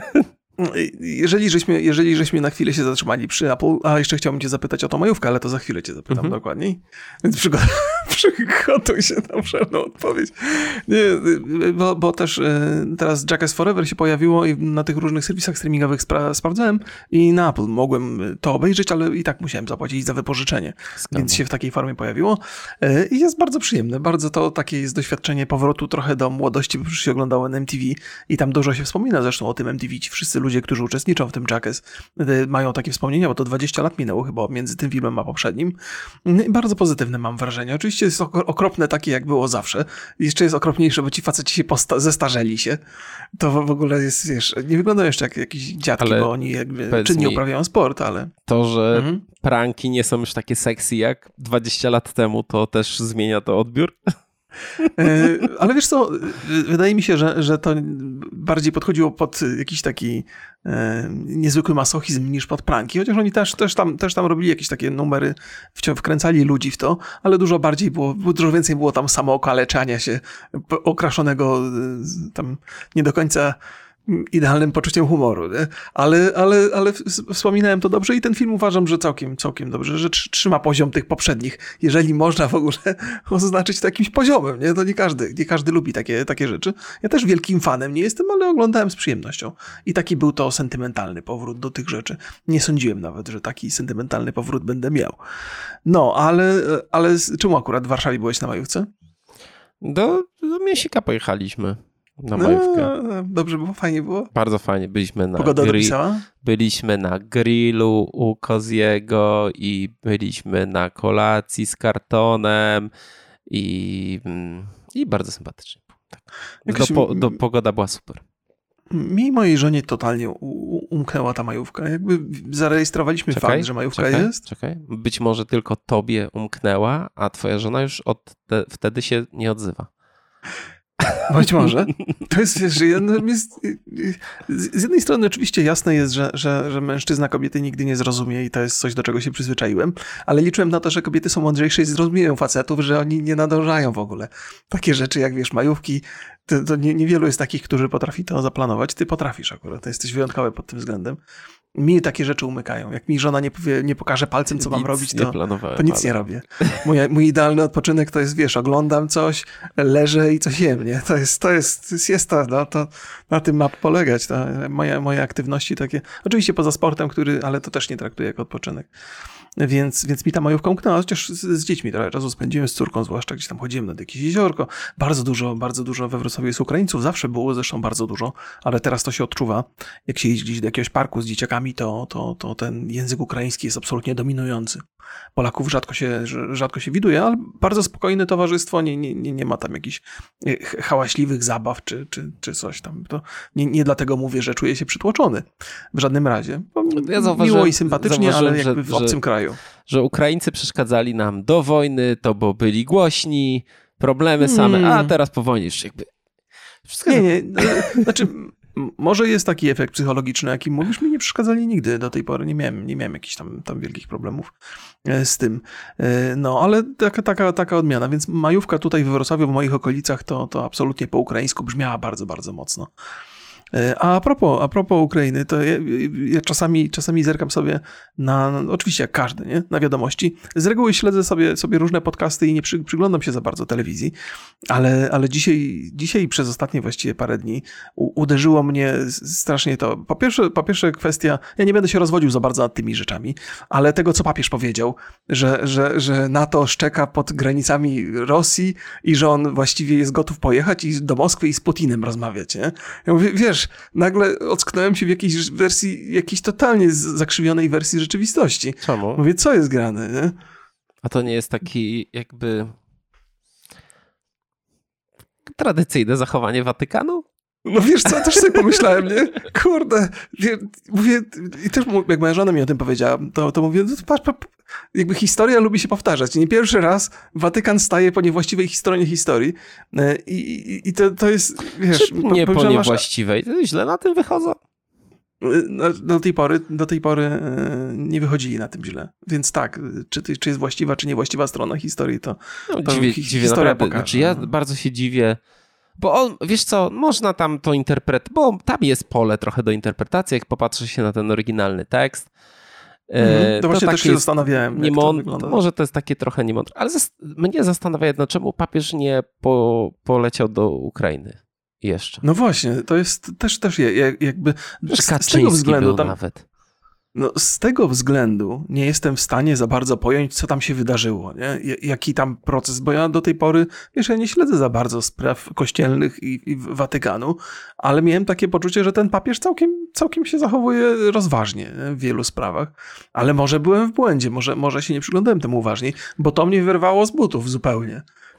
Jeżeli żeśmy, jeżeli żeśmy na chwilę się zatrzymali przy Apple, a jeszcze chciałbym cię zapytać o tą majówkę, ale to za chwilę cię zapytam mm-hmm. dokładniej. Więc przygotuj, przygotuj się na pewną odpowiedź. Nie, bo, bo też teraz Jackass Forever się pojawiło i na tych różnych serwisach streamingowych spra- sprawdzałem i na Apple mogłem to obejrzeć, ale i tak musiałem zapłacić za wypożyczenie. Skąd? Więc się w takiej formie pojawiło. I jest bardzo przyjemne. Bardzo to takie jest doświadczenie powrotu trochę do młodości, bo przecież się oglądało na M T V i tam dużo się wspomina zresztą o tym M T V. Ci wszyscy ludzie, którzy uczestniczą w tym Jackass, mają takie wspomnienia, bo to dwadzieścia lat minęło chyba między tym filmem a poprzednim. Bardzo pozytywne mam wrażenie. Oczywiście jest okropne takie, jak było zawsze. Jeszcze jest okropniejsze, bo ci faceci się posta- zestarzeli się. To w ogóle jest, wiesz, nie wyglądają jeszcze jak jakieś dziadki, ale bo oni jakby czynnie uprawiają sport, ale... To, że mhm. pranki nie są już takie sexy jak dwadzieścia lat temu, to też zmienia to odbiór? Ale wiesz co, wydaje mi się, że, że to bardziej podchodziło pod jakiś taki e, niezwykły masochizm niż pod pranki, chociaż oni też, też, tam, też tam robili jakieś takie numery, wkręcali ludzi w to, ale dużo bardziej było, dużo więcej było tam samookaleczania się, okraszonego tam nie do końca idealnym poczuciem humoru, nie? Ale, ale, ale wspominałem to dobrze i ten film uważam, że całkiem, całkiem dobrze, że trzyma poziom tych poprzednich, jeżeli można w ogóle oznaczyć to jakimś poziomem, nie? To nie każdy, nie każdy lubi takie, takie rzeczy. Ja też wielkim fanem nie jestem, ale oglądałem z przyjemnością i taki był to sentymentalny powrót do tych rzeczy. Nie sądziłem nawet, że taki sentymentalny powrót będę miał. No, ale, ale czemu akurat w Warszawie byłeś na majówce? Do, do Mięsika pojechaliśmy. Na majówkę. No, dobrze było, fajnie było. Bardzo fajnie. Byliśmy na Pogoda gri- dopisała? Byliśmy na grillu u Koziego i byliśmy na kolacji z kartonem i, i bardzo sympatycznie. Tak. Jakoś Do, po, do, pogoda była super. Mi i mojej żonie totalnie umknęła ta majówka. Jakby zarejestrowaliśmy czekaj, fakt, że majówka czekaj, jest. Czekaj. Być może tylko tobie umknęła, a twoja żona już od te, wtedy się nie odzywa. Być może. To jest, wiesz, jest, z jednej strony oczywiście jasne jest, że, że, że mężczyzna kobiety nigdy nie zrozumie i to jest coś, do czego się przyzwyczaiłem, ale liczyłem na to, że kobiety są mądrzejsze i zrozumieją facetów, że oni nie nadążają w ogóle. Takie rzeczy jak, wiesz, majówki, to, to nie, niewielu jest takich, którzy potrafi to zaplanować. Ty potrafisz akurat, to jesteś wyjątkowy pod tym względem. Mi takie rzeczy umykają. Jak mi żona nie powie, nie pokaże palcem, co nic mam robić, to, to nic ale... nie robię. Mój, mój idealny odpoczynek to jest, wiesz, oglądam coś, leżę i coś jem, nie? To jest, to jest siesta, no, to na tym ma polegać. To moje, moje aktywności takie, oczywiście poza sportem, który, ale to też nie traktuję jako odpoczynek. Więc, więc mi ta majówka umknęła, chociaż z, z dziećmi trochę czasu spędziłem, z córką zwłaszcza, gdzieś tam chodziłem nad jakieś jeziorko. Bardzo dużo, bardzo dużo we Wrocławiu jest Ukraińców, zawsze było zresztą bardzo dużo, ale teraz to się odczuwa. Jak się jeździ gdzieś do jakiegoś parku z dzieciakami, to, to, to ten język ukraiński jest absolutnie dominujący. Polaków rzadko się, rzadko się widuje, ale bardzo spokojne towarzystwo, nie, nie, nie, nie ma tam jakichś hałaśliwych zabaw czy, czy, czy coś tam. To nie, nie dlatego mówię, że czuję się przytłoczony. W żadnym razie. Ja miło i sympatycznie, ale jakby w obcym że, kraju. Że Ukraińcy przeszkadzali nam do wojny, to bo byli głośni, problemy same, hmm. a teraz po wojnie już jakby... Wszystko nie, nie, znaczy... Może jest taki efekt psychologiczny, jaki mówisz, mi nie przeszkadzali nigdy do tej pory, nie miałem, nie miałem jakichś tam, tam wielkich problemów z tym. No, ale taka, taka, taka odmiana, więc majówka tutaj we Wrocławiu, w moich okolicach, to, to absolutnie po ukraińsku brzmiała bardzo, bardzo mocno. A propos, a propos Ukrainy, to ja, ja czasami, czasami zerkam sobie na, no, oczywiście jak każdy, nie? Na wiadomości. Z reguły śledzę sobie, sobie różne podcasty i nie przy, przyglądam się za bardzo telewizji, ale, ale dzisiaj, dzisiaj przez ostatnie właściwie parę dni u, uderzyło mnie strasznie to. Po pierwsze, po pierwsze kwestia, ja nie będę się rozwodził za bardzo nad tymi rzeczami, ale tego, co papież powiedział, że, że, że NATO szczeka pod granicami Rosji i że on właściwie jest gotów pojechać i do Moskwy i z Putinem rozmawiać, nie? Ja mówię, wiesz, nagle ocknąłem się w jakiejś wersji, jakiejś totalnie zakrzywionej wersji rzeczywistości. Czemu? Mówię, co jest grane, nie? A to nie jest taki jakby tradycyjne zachowanie Watykanu? No wiesz co, też sobie pomyślałem, nie? Kurde, wie, mówię, i też jak moja żona mi o tym powiedziała, to, to mówię, no to patrz, patrz, jakby historia lubi się powtarzać. Nie pierwszy raz Watykan staje po niewłaściwej stronie historii i, i, i to, to jest, wiesz... Czy nie po niewłaściwej, to źle na tym wychodzą. Do tej pory, do tej pory nie wychodzili na tym źle. Więc tak, czy, czy jest właściwa, czy niewłaściwa strona historii, to, no, to dziwię, hi, dziwię historia naprawdę. pokaże. Znaczy ja bardzo się dziwię, bo on, wiesz co, można tam to interpretować, bo tam jest pole trochę do interpretacji, jak popatrzy się na ten oryginalny tekst. Mhm, to, to właśnie też się zastanawiałem. Niemąd... To może to jest takie trochę niemądre, ale zas... mnie zastanawia jedno, czemu papież nie po... poleciał do Ukrainy jeszcze. No właśnie, to jest też, też jakby z, z tego względu tam... nawet. No, z tego względu nie jestem w stanie za bardzo pojąć, co tam się wydarzyło, nie? Jaki tam proces, bo ja do tej pory, wiesz, ja nie śledzę za bardzo spraw kościelnych i, i Watykanu, ale miałem takie poczucie, że ten papież całkiem, całkiem się zachowuje rozważnie w wielu sprawach, ale może byłem w błędzie, może, może się nie przyglądałem temu uważniej, bo to mnie wyrwało z butów zupełnie.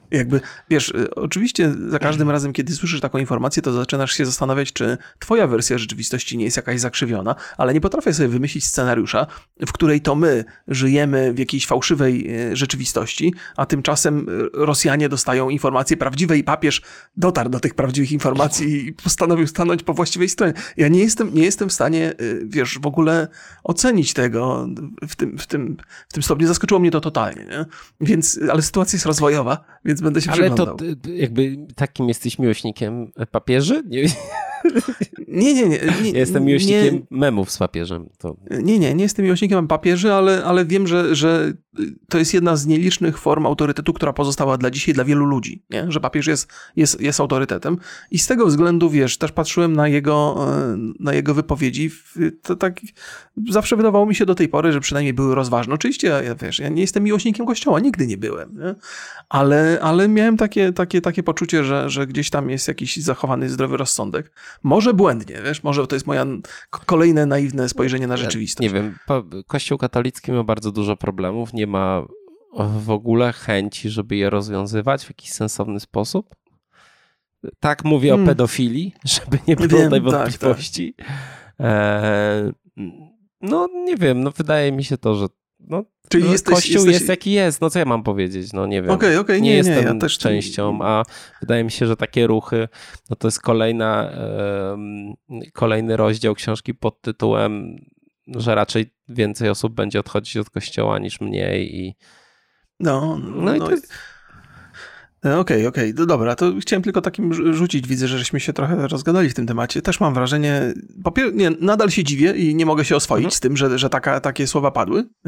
Jakby, wiesz, oczywiście za każdym razem, kiedy słyszysz taką informację, to zaczynasz się zastanawiać, czy twoja wersja rzeczywistości nie jest jakaś zakrzywiona, ale nie potrafię sobie wymyślić scenariusza, w której to my żyjemy w jakiejś fałszywej rzeczywistości, a tymczasem Rosjanie dostają informacje prawdziwe i papież dotarł do tych prawdziwych informacji i postanowił stanąć po właściwej stronie. Ja nie jestem, nie jestem w stanie, wiesz, w ogóle ocenić tego w tym, w tym, w tym stopniu. Zaskoczyło mnie to totalnie, nie? Więc, ale sytuacja jest rozwojowa, więc będę się ale przyglądał. Ale to jakby takim jesteś miłośnikiem papieży? Nie, nie, nie. nie, nie ja jestem miłośnikiem nie, memów z papieżem. To... Nie, nie, nie jestem miłośnikiem papieży, ale, ale wiem, że, że to jest jedna z nielicznych form autorytetu, która pozostała dla dzisiaj, dla wielu ludzi, nie? Że papież jest, jest, jest autorytetem i z tego względu, wiesz, też patrzyłem na jego, na jego wypowiedzi, to tak zawsze wydawało mi się do tej pory, że przynajmniej były rozważne. Oczywiście, ja, wiesz, ja nie jestem miłośnikiem Kościoła, nigdy nie byłem, nie? Ale, ale miałem takie, takie, takie poczucie, że, że gdzieś tam jest jakiś zachowany zdrowy rozsądek. Może błędnie, wiesz, może to jest moja kolejne naiwne spojrzenie na rzeczywistość. Nie wiem, Kościół katolicki ma bardzo dużo problemów, nie ma w ogóle chęci, żeby je rozwiązywać w jakiś sensowny sposób. Tak mówię hmm. o pedofilii, żeby nie było wiem, tej wątpliwości. Tak, tak. Eee, no nie wiem, no wydaje mi się to, że no, Czyli no, jesteś, Kościół jesteś... jest jaki jest, no co ja mam powiedzieć, no nie wiem. Okay, okay, nie, nie jestem nie, ja też... częścią, a wydaje mi się, że takie ruchy, no to jest kolejna, um, kolejny rozdział książki pod tytułem, że raczej więcej osób będzie odchodzić od Kościoła niż mniej i no, no, no i to jest... Okej, okay, okej, okay. Dobra, to chciałem tylko takim rzucić, widzę, że żeśmy się trochę rozgadali w tym temacie. Też mam wrażenie, popier- nie, nadal się dziwię i nie mogę się oswoić mhm. z tym, że, że taka, takie słowa padły, yy,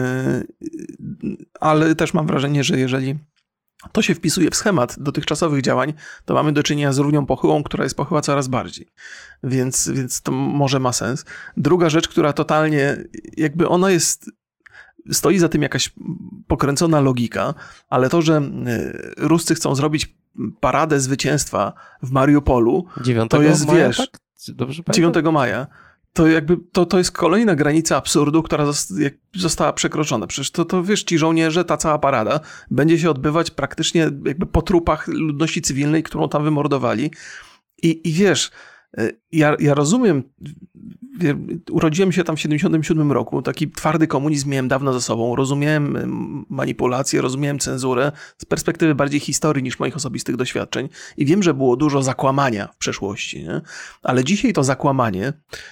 ale też mam wrażenie, że jeżeli to się wpisuje w schemat dotychczasowych działań, to mamy do czynienia z równią pochyłą, która jest pochyła coraz bardziej, więc, więc to może ma sens. Druga rzecz, która totalnie, jakby ona jest... Stoi za tym jakaś pokręcona logika, ale to, że Ruscy chcą zrobić paradę zwycięstwa w Mariupolu, to jest, maja, wiesz, tak? Dobrze dziewiątego maja, to jakby to, to jest kolejna granica absurdu, która została przekroczona. Przecież to, to wiesz, ci żołnierze, ta cała parada będzie się odbywać praktycznie jakby po trupach ludności cywilnej, którą tam wymordowali. I, i wiesz... Ja, ja rozumiem, urodziłem się tam w siedemdziesiątym siódmym roku, taki twardy komunizm miałem dawno za sobą, rozumiałem manipulację, rozumiałem cenzurę z perspektywy bardziej historii niż moich osobistych doświadczeń i wiem, że było dużo zakłamania w przeszłości, nie? Ale dzisiaj to zakłamanie,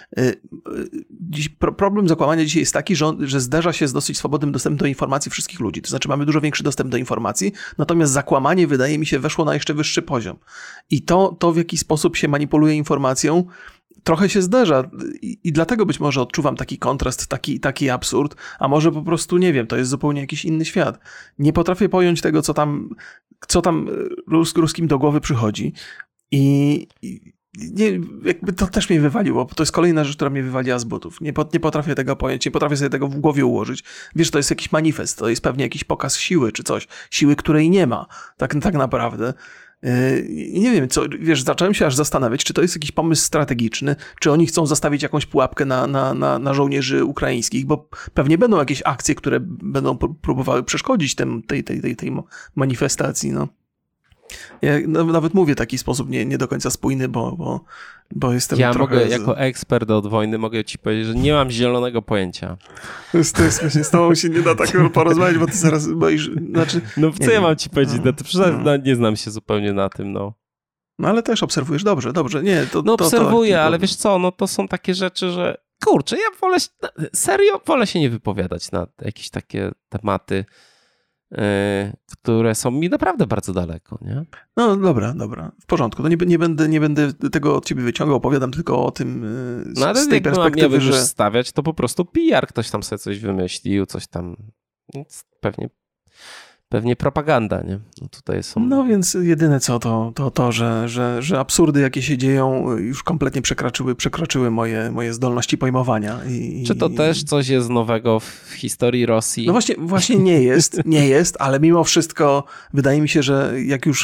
dziś, problem zakłamania dzisiaj jest taki, że, on, że zderza się z dosyć swobodnym dostępem do informacji wszystkich ludzi, to znaczy mamy dużo większy dostęp do informacji, natomiast zakłamanie wydaje mi się weszło na jeszcze wyższy poziom i to, to w jaki sposób się manipuluje informacją, trochę się zderza I, i dlatego być może odczuwam taki kontrast, taki, taki absurd, a może po prostu, nie wiem, to jest zupełnie jakiś inny świat. Nie potrafię pojąć tego, co tam, co tam rus, ruskim do głowy przychodzi i, i nie, jakby to też mnie wywaliło, bo to jest kolejna rzecz, która mnie wywaliła z butów. Nie, nie potrafię tego pojąć, nie potrafię sobie tego w głowie ułożyć. Wiesz, to jest jakiś manifest, to jest pewnie jakiś pokaz siły czy coś, siły, której nie ma, tak, tak naprawdę. I nie wiem, co, wiesz, zacząłem się aż zastanawiać, czy to jest jakiś pomysł strategiczny, czy oni chcą zastawić jakąś pułapkę na, na, na, na żołnierzy ukraińskich, bo pewnie będą jakieś akcje, które będą próbowały przeszkodzić tem, tej, tej, tej, tej manifestacji, no. Ja nawet mówię w taki sposób nie, nie do końca spójny, bo, bo, bo jestem ja trochę... Ja mogę, z... jako ekspert od wojny, mogę ci powiedzieć, że nie mam zielonego pojęcia. To jest, to jest właśnie, z tobą się nie da tak porozmawiać, bo ty zaraz boisz, znaczy... No co ja wiem. mam ci powiedzieć, no, przecież no. nie znam się zupełnie na tym, no. No ale też obserwujesz dobrze, dobrze, nie, to... No to, obserwuję, to, to, ale wiesz co, no to są takie rzeczy, że kurczę, ja wolę, serio, wolę się nie wypowiadać na jakieś takie tematy, które są mi naprawdę bardzo daleko, nie? No dobra, dobra, w porządku. To nie, nie, będę, nie będę tego od ciebie wyciągał, opowiadam tylko o tym z, no, ale z tej perspektywy, że... stawiać, to po prostu P R, ktoś tam sobie coś wymyślił, coś tam, więc pewnie, pewnie propaganda, nie? No, tutaj są... no więc jedyne co to to, to że, że, że absurdy, jakie się dzieją, już kompletnie przekroczyły, przekroczyły moje, moje zdolności pojmowania. I, Czy to też coś jest nowego w historii Rosji? No właśnie, właśnie nie jest, nie jest, ale mimo wszystko wydaje mi się, że jak już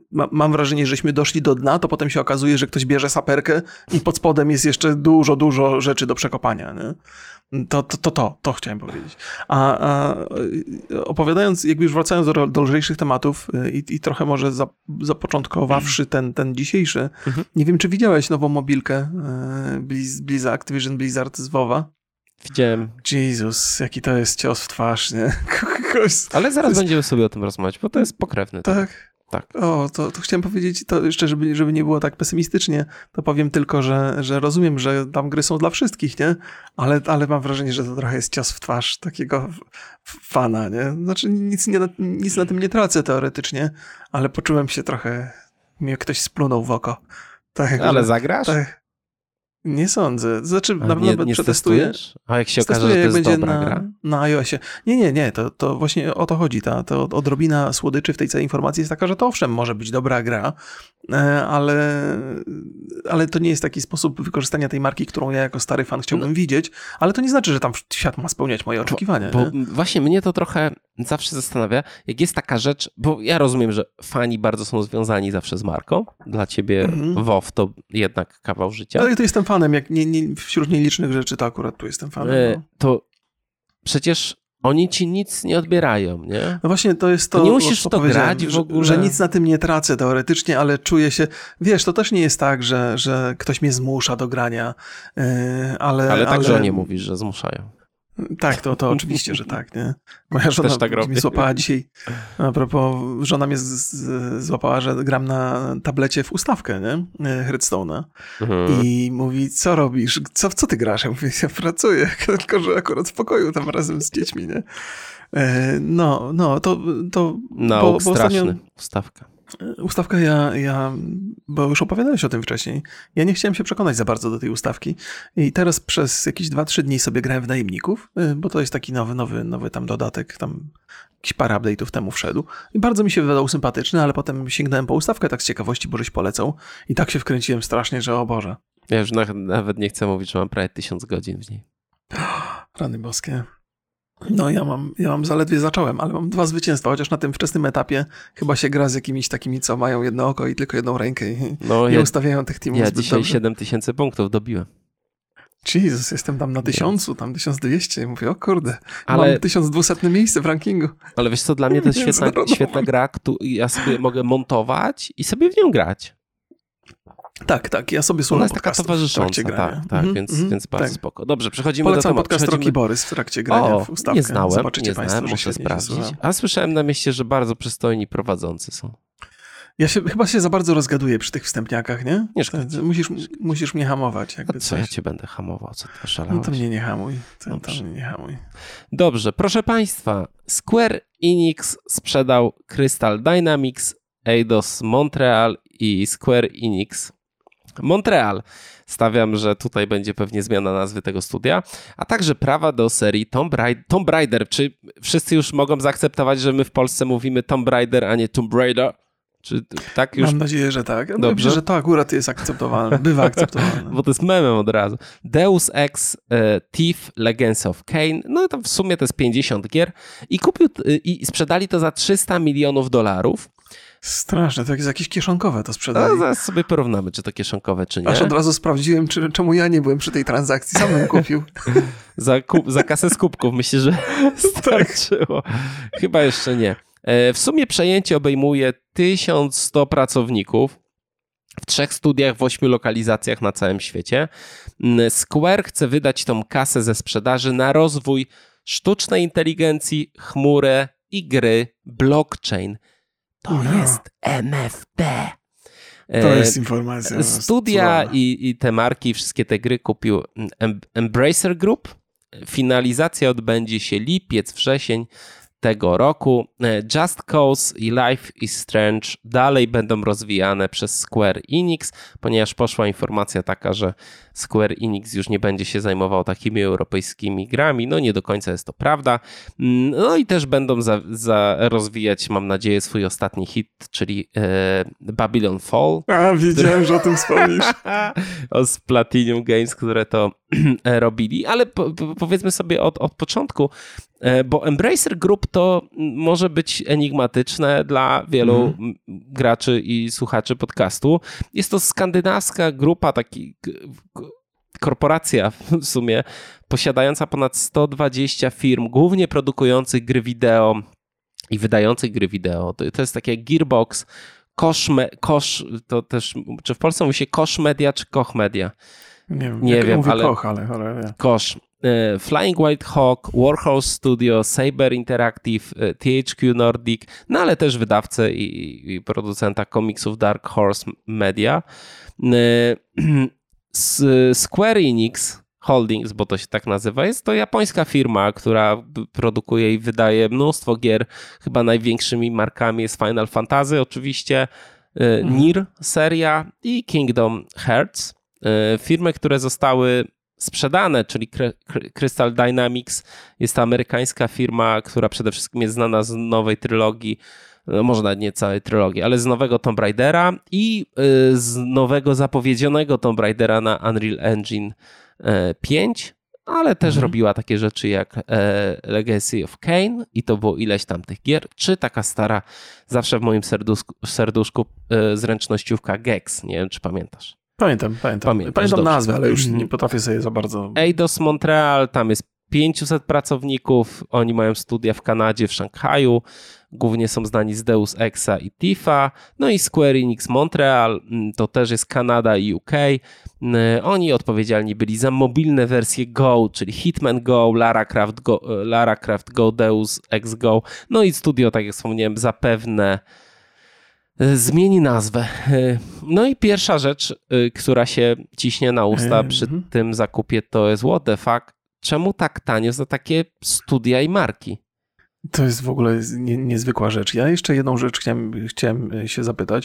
ma, mam wrażenie, żeśmy doszli do dna, to potem się okazuje, że ktoś bierze saperkę i pod spodem jest jeszcze dużo, dużo rzeczy do przekopania. Nie? To, to, to, to, to chciałem powiedzieć. A, a opowiadając, jakby już wracając do, do lżejszych tematów i, i trochę może za, zapoczątkowawszy ten, ten dzisiejszy, mhm. nie wiem, czy widziałeś nową mobilkę Blizz, Blizz Activision Blizzard z WoWa? Widziałem. Jezus, jaki to jest cios w twarz, nie? Ale zaraz jest... będziemy sobie o tym rozmawiać, bo to jest pokrewne. Tak. Tak. O, to, to chciałem powiedzieć, to jeszcze, żeby, żeby nie było tak pesymistycznie, to powiem tylko, że, że rozumiem, że tam gry są dla wszystkich, nie? Ale, ale mam wrażenie, że to trochę jest cios w twarz takiego fana, nie? Znaczy nic, nie, nic na tym nie tracę teoretycznie, ale poczułem się trochę, mnie ktoś splunął w oko. Tak, ale że, zagrasz? Tak. Nie sądzę. Znaczy, A na pewno nie, nie przetestuję. A jak się okaże, że to jest będzie dobra na, gra? na iOSie. Nie, nie, nie. To, to właśnie o to chodzi. Ta, to odrobina słodyczy w tej całej informacji jest taka, że to owszem, może być dobra gra, ale, ale to nie jest taki sposób wykorzystania tej marki, którą ja jako stary fan chciałbym no. widzieć, ale to nie znaczy, że tam świat ma spełniać moje oczekiwania. Bo, bo właśnie mnie to trochę zawsze zastanawia, jak jest taka rzecz, bo ja rozumiem, że fani bardzo są związani zawsze z marką. Dla ciebie mhm. WoW to jednak kawał życia. Ale to jestem fanem, jak nie, nie, wśród nielicznych rzeczy to akurat tu jestem fanem. No. To przecież oni ci nic nie odbierają, nie? No właśnie to jest to, to nie musisz to to grać w ogóle. Że, że nic na tym nie tracę teoretycznie, ale czuję się, wiesz, to też nie jest tak, że, że ktoś mnie zmusza do grania, yy, ale... Ale także ale... nie mówisz, że zmuszają. Tak, to, to oczywiście, że tak, nie? Moja żona tak mnie złapała dzisiaj, a propos, żona mnie z, z, złapała, że gram na tablecie w ustawkę, nie? Hearthstone'a. Mhm. I mówi, co robisz? Co, w co ty grasz? Ja mówię, ja pracuję, tylko że akurat w pokoju tam razem z dziećmi, nie? No, no, to... to no, bo, bo straszny, ostatnio... ustawka. Ustawka, ja, ja, bo już opowiadałeś o tym wcześniej, ja nie chciałem się przekonać za bardzo do tej ustawki i teraz przez jakieś dwa trzy dni sobie grałem w Najemników, bo to jest taki nowy, nowy, nowy tam dodatek, tam jakiś parę update'ów temu wszedł i bardzo mi się wydał sympatyczny, ale potem sięgnąłem po ustawkę tak z ciekawości, bo żeś polecał i tak się wkręciłem strasznie, że o Boże. Ja już nawet nie chcę mówić, że mam prawie tysiąc godzin w niej. Rany boskie. No ja mam, ja mam zaledwie zacząłem, ale mam dwa zwycięstwa, chociaż na tym wczesnym etapie chyba się gra z jakimiś takimi, co mają jedno oko i tylko jedną rękę i no, nie ja, ustawiają tych teamów ja zbyt dzisiaj dobrze. siedem tysięcy punktów dobiłem. Jezus, jestem tam na tysiącu, tam tysiąc dwieście. Mówię, o kurde, ale... mam tysiąc dwieście miejsce w rankingu. Ale wiesz co, dla mnie to jest świetna, świetna gra, którą ja sobie mogę montować i sobie w nią grać. Tak, tak, ja sobie słucham podcastów. Ona jest taka towarzysząca, tak, tak, mm-hmm, więc, mm-hmm, więc bardzo tak. spoko. Dobrze, przechodzimy Polecam do tematu. podcast przechodzimy... Roki Borys w trakcie grania o, w ustawkę. nie znałem, Zobaczycie nie Państwo, znałem, muszę sprawdzić. Się A słyszałem na mieście, że bardzo przystojni prowadzący są. Ja się, chyba się za bardzo rozgaduję przy tych wstępniakach, nie? Nie szkodzi. Musisz, musisz mnie hamować. Jakby A co coś. ja cię będę hamował? Co ty oszalałeś? No to mnie nie hamuj. To, to mnie nie hamuj. Dobrze, proszę Państwa. Square Enix sprzedał Crystal Dynamics, Eidos Montreal i Square Enix Montreal. Stawiam, że tutaj będzie pewnie zmiana nazwy tego studia, a także prawa do serii Tomb Raider. Tomb Raider. Czy wszyscy już mogą zaakceptować, że my w Polsce mówimy Tomb Raider, a nie Tomb Raider? Czy tak już? Mam nadzieję, że tak. Dobrze. Myślę, że to akurat jest akceptowalne. Bywa akceptowalne. Bo to jest memem od razu. Deus Ex e, Thief Legends of Kain. No to w sumie to jest pięćdziesiąt gier. I kupił e, i sprzedali to za trzysta milionów dolarów. Straszne, to jest jakieś kieszonkowe to sprzedali. No, zaraz sobie porównamy, czy to kieszonkowe, czy nie. Aż od razu sprawdziłem, czy, czemu ja nie byłem przy tej transakcji. Sam bym kupił. za, kup, za kasę z kubków myślę, że starczyło. Chyba jeszcze nie. W sumie przejęcie obejmuje tysiąc sto pracowników w trzech studiach w ośmiu lokalizacjach na całym świecie. Square chce wydać tą kasę ze sprzedaży na rozwój sztucznej inteligencji, chmurę i gry blockchain. To no. jest M F T. To jest informacja. Studia i, i te marki, wszystkie te gry kupił Embracer Group. Finalizacja odbędzie się lipiec, wrzesień tego roku. Just Cause i Life is Strange dalej będą rozwijane przez Square Enix, ponieważ poszła informacja taka, że Square Enix już nie będzie się zajmował takimi europejskimi grami. No nie do końca jest to prawda. No i też będą za, za rozwijać, mam nadzieję, swój ostatni hit, czyli e, Babylon Fall. A, wiedziałem, który... że o tym wspomnisz. o z Platinum Games, które to robili, ale po, po, powiedzmy sobie od, od początku, bo Embracer Group to może być enigmatyczne dla wielu mm. graczy i słuchaczy podcastu. Jest to skandynawska grupa, taki korporacja w sumie, posiadająca ponad sto dwadzieścia firm, głównie produkujących gry wideo i wydających gry wideo. To, to jest takie jak Gearbox, Koch, Koch, to też, czy w Polsce mówi się Koch Media, czy Koch Media? Nie wiem, nie wiem mówię ale, Koch, ale, ale Koch. Flying White Hawk, Warhorse Studio, Saber Interactive, T H Q Nordic, no ale też wydawcę i, i producenta komiksów Dark Horse Media. Square Enix Holdings, bo to się tak nazywa, jest to japońska firma, która produkuje i wydaje mnóstwo gier. Chyba największymi markami jest Final Fantasy oczywiście, mhm. Nier seria i Kingdom Hearts. Firmy, które zostały sprzedane, czyli Crystal Dynamics, jest to amerykańska firma, która przede wszystkim jest znana z nowej trylogii, no może nawet nie całej trylogii, ale z nowego Tomb Raidera i z nowego zapowiedzianego Tomb Raidera na Unreal Engine pięć, ale też mhm. robiła takie rzeczy jak Legacy of Kain i to było ileś tam tych gier, czy taka stara, zawsze w moim serduszku, serduszku zręcznościówka Gex, nie wiem czy pamiętasz. Pamiętam, pamiętam. Pamiętam dobrze. Nazwę, ale już nie potrafię sobie za bardzo... Eidos Montreal, tam jest pięćset pracowników, oni mają studia w Kanadzie, w Szanghaju, głównie są znani z Deus Exa i Tifa, no i Square Enix Montreal, to też jest Kanada i U K. Oni odpowiedzialni byli za mobilne wersje Go, czyli Hitman Go, Lara Croft Go, Lara Croft Go, Deus Ex Go, no i studio, tak jak wspomniałem, zapewne zmieni nazwę. No i pierwsza rzecz, która się ciśnie na usta przy mm-hmm. tym zakupie, to jest what the fuck, czemu tak tanio za takie studia i marki? To jest w ogóle nie, niezwykła rzecz. Ja jeszcze jedną rzecz chciałem, chciałem się zapytać.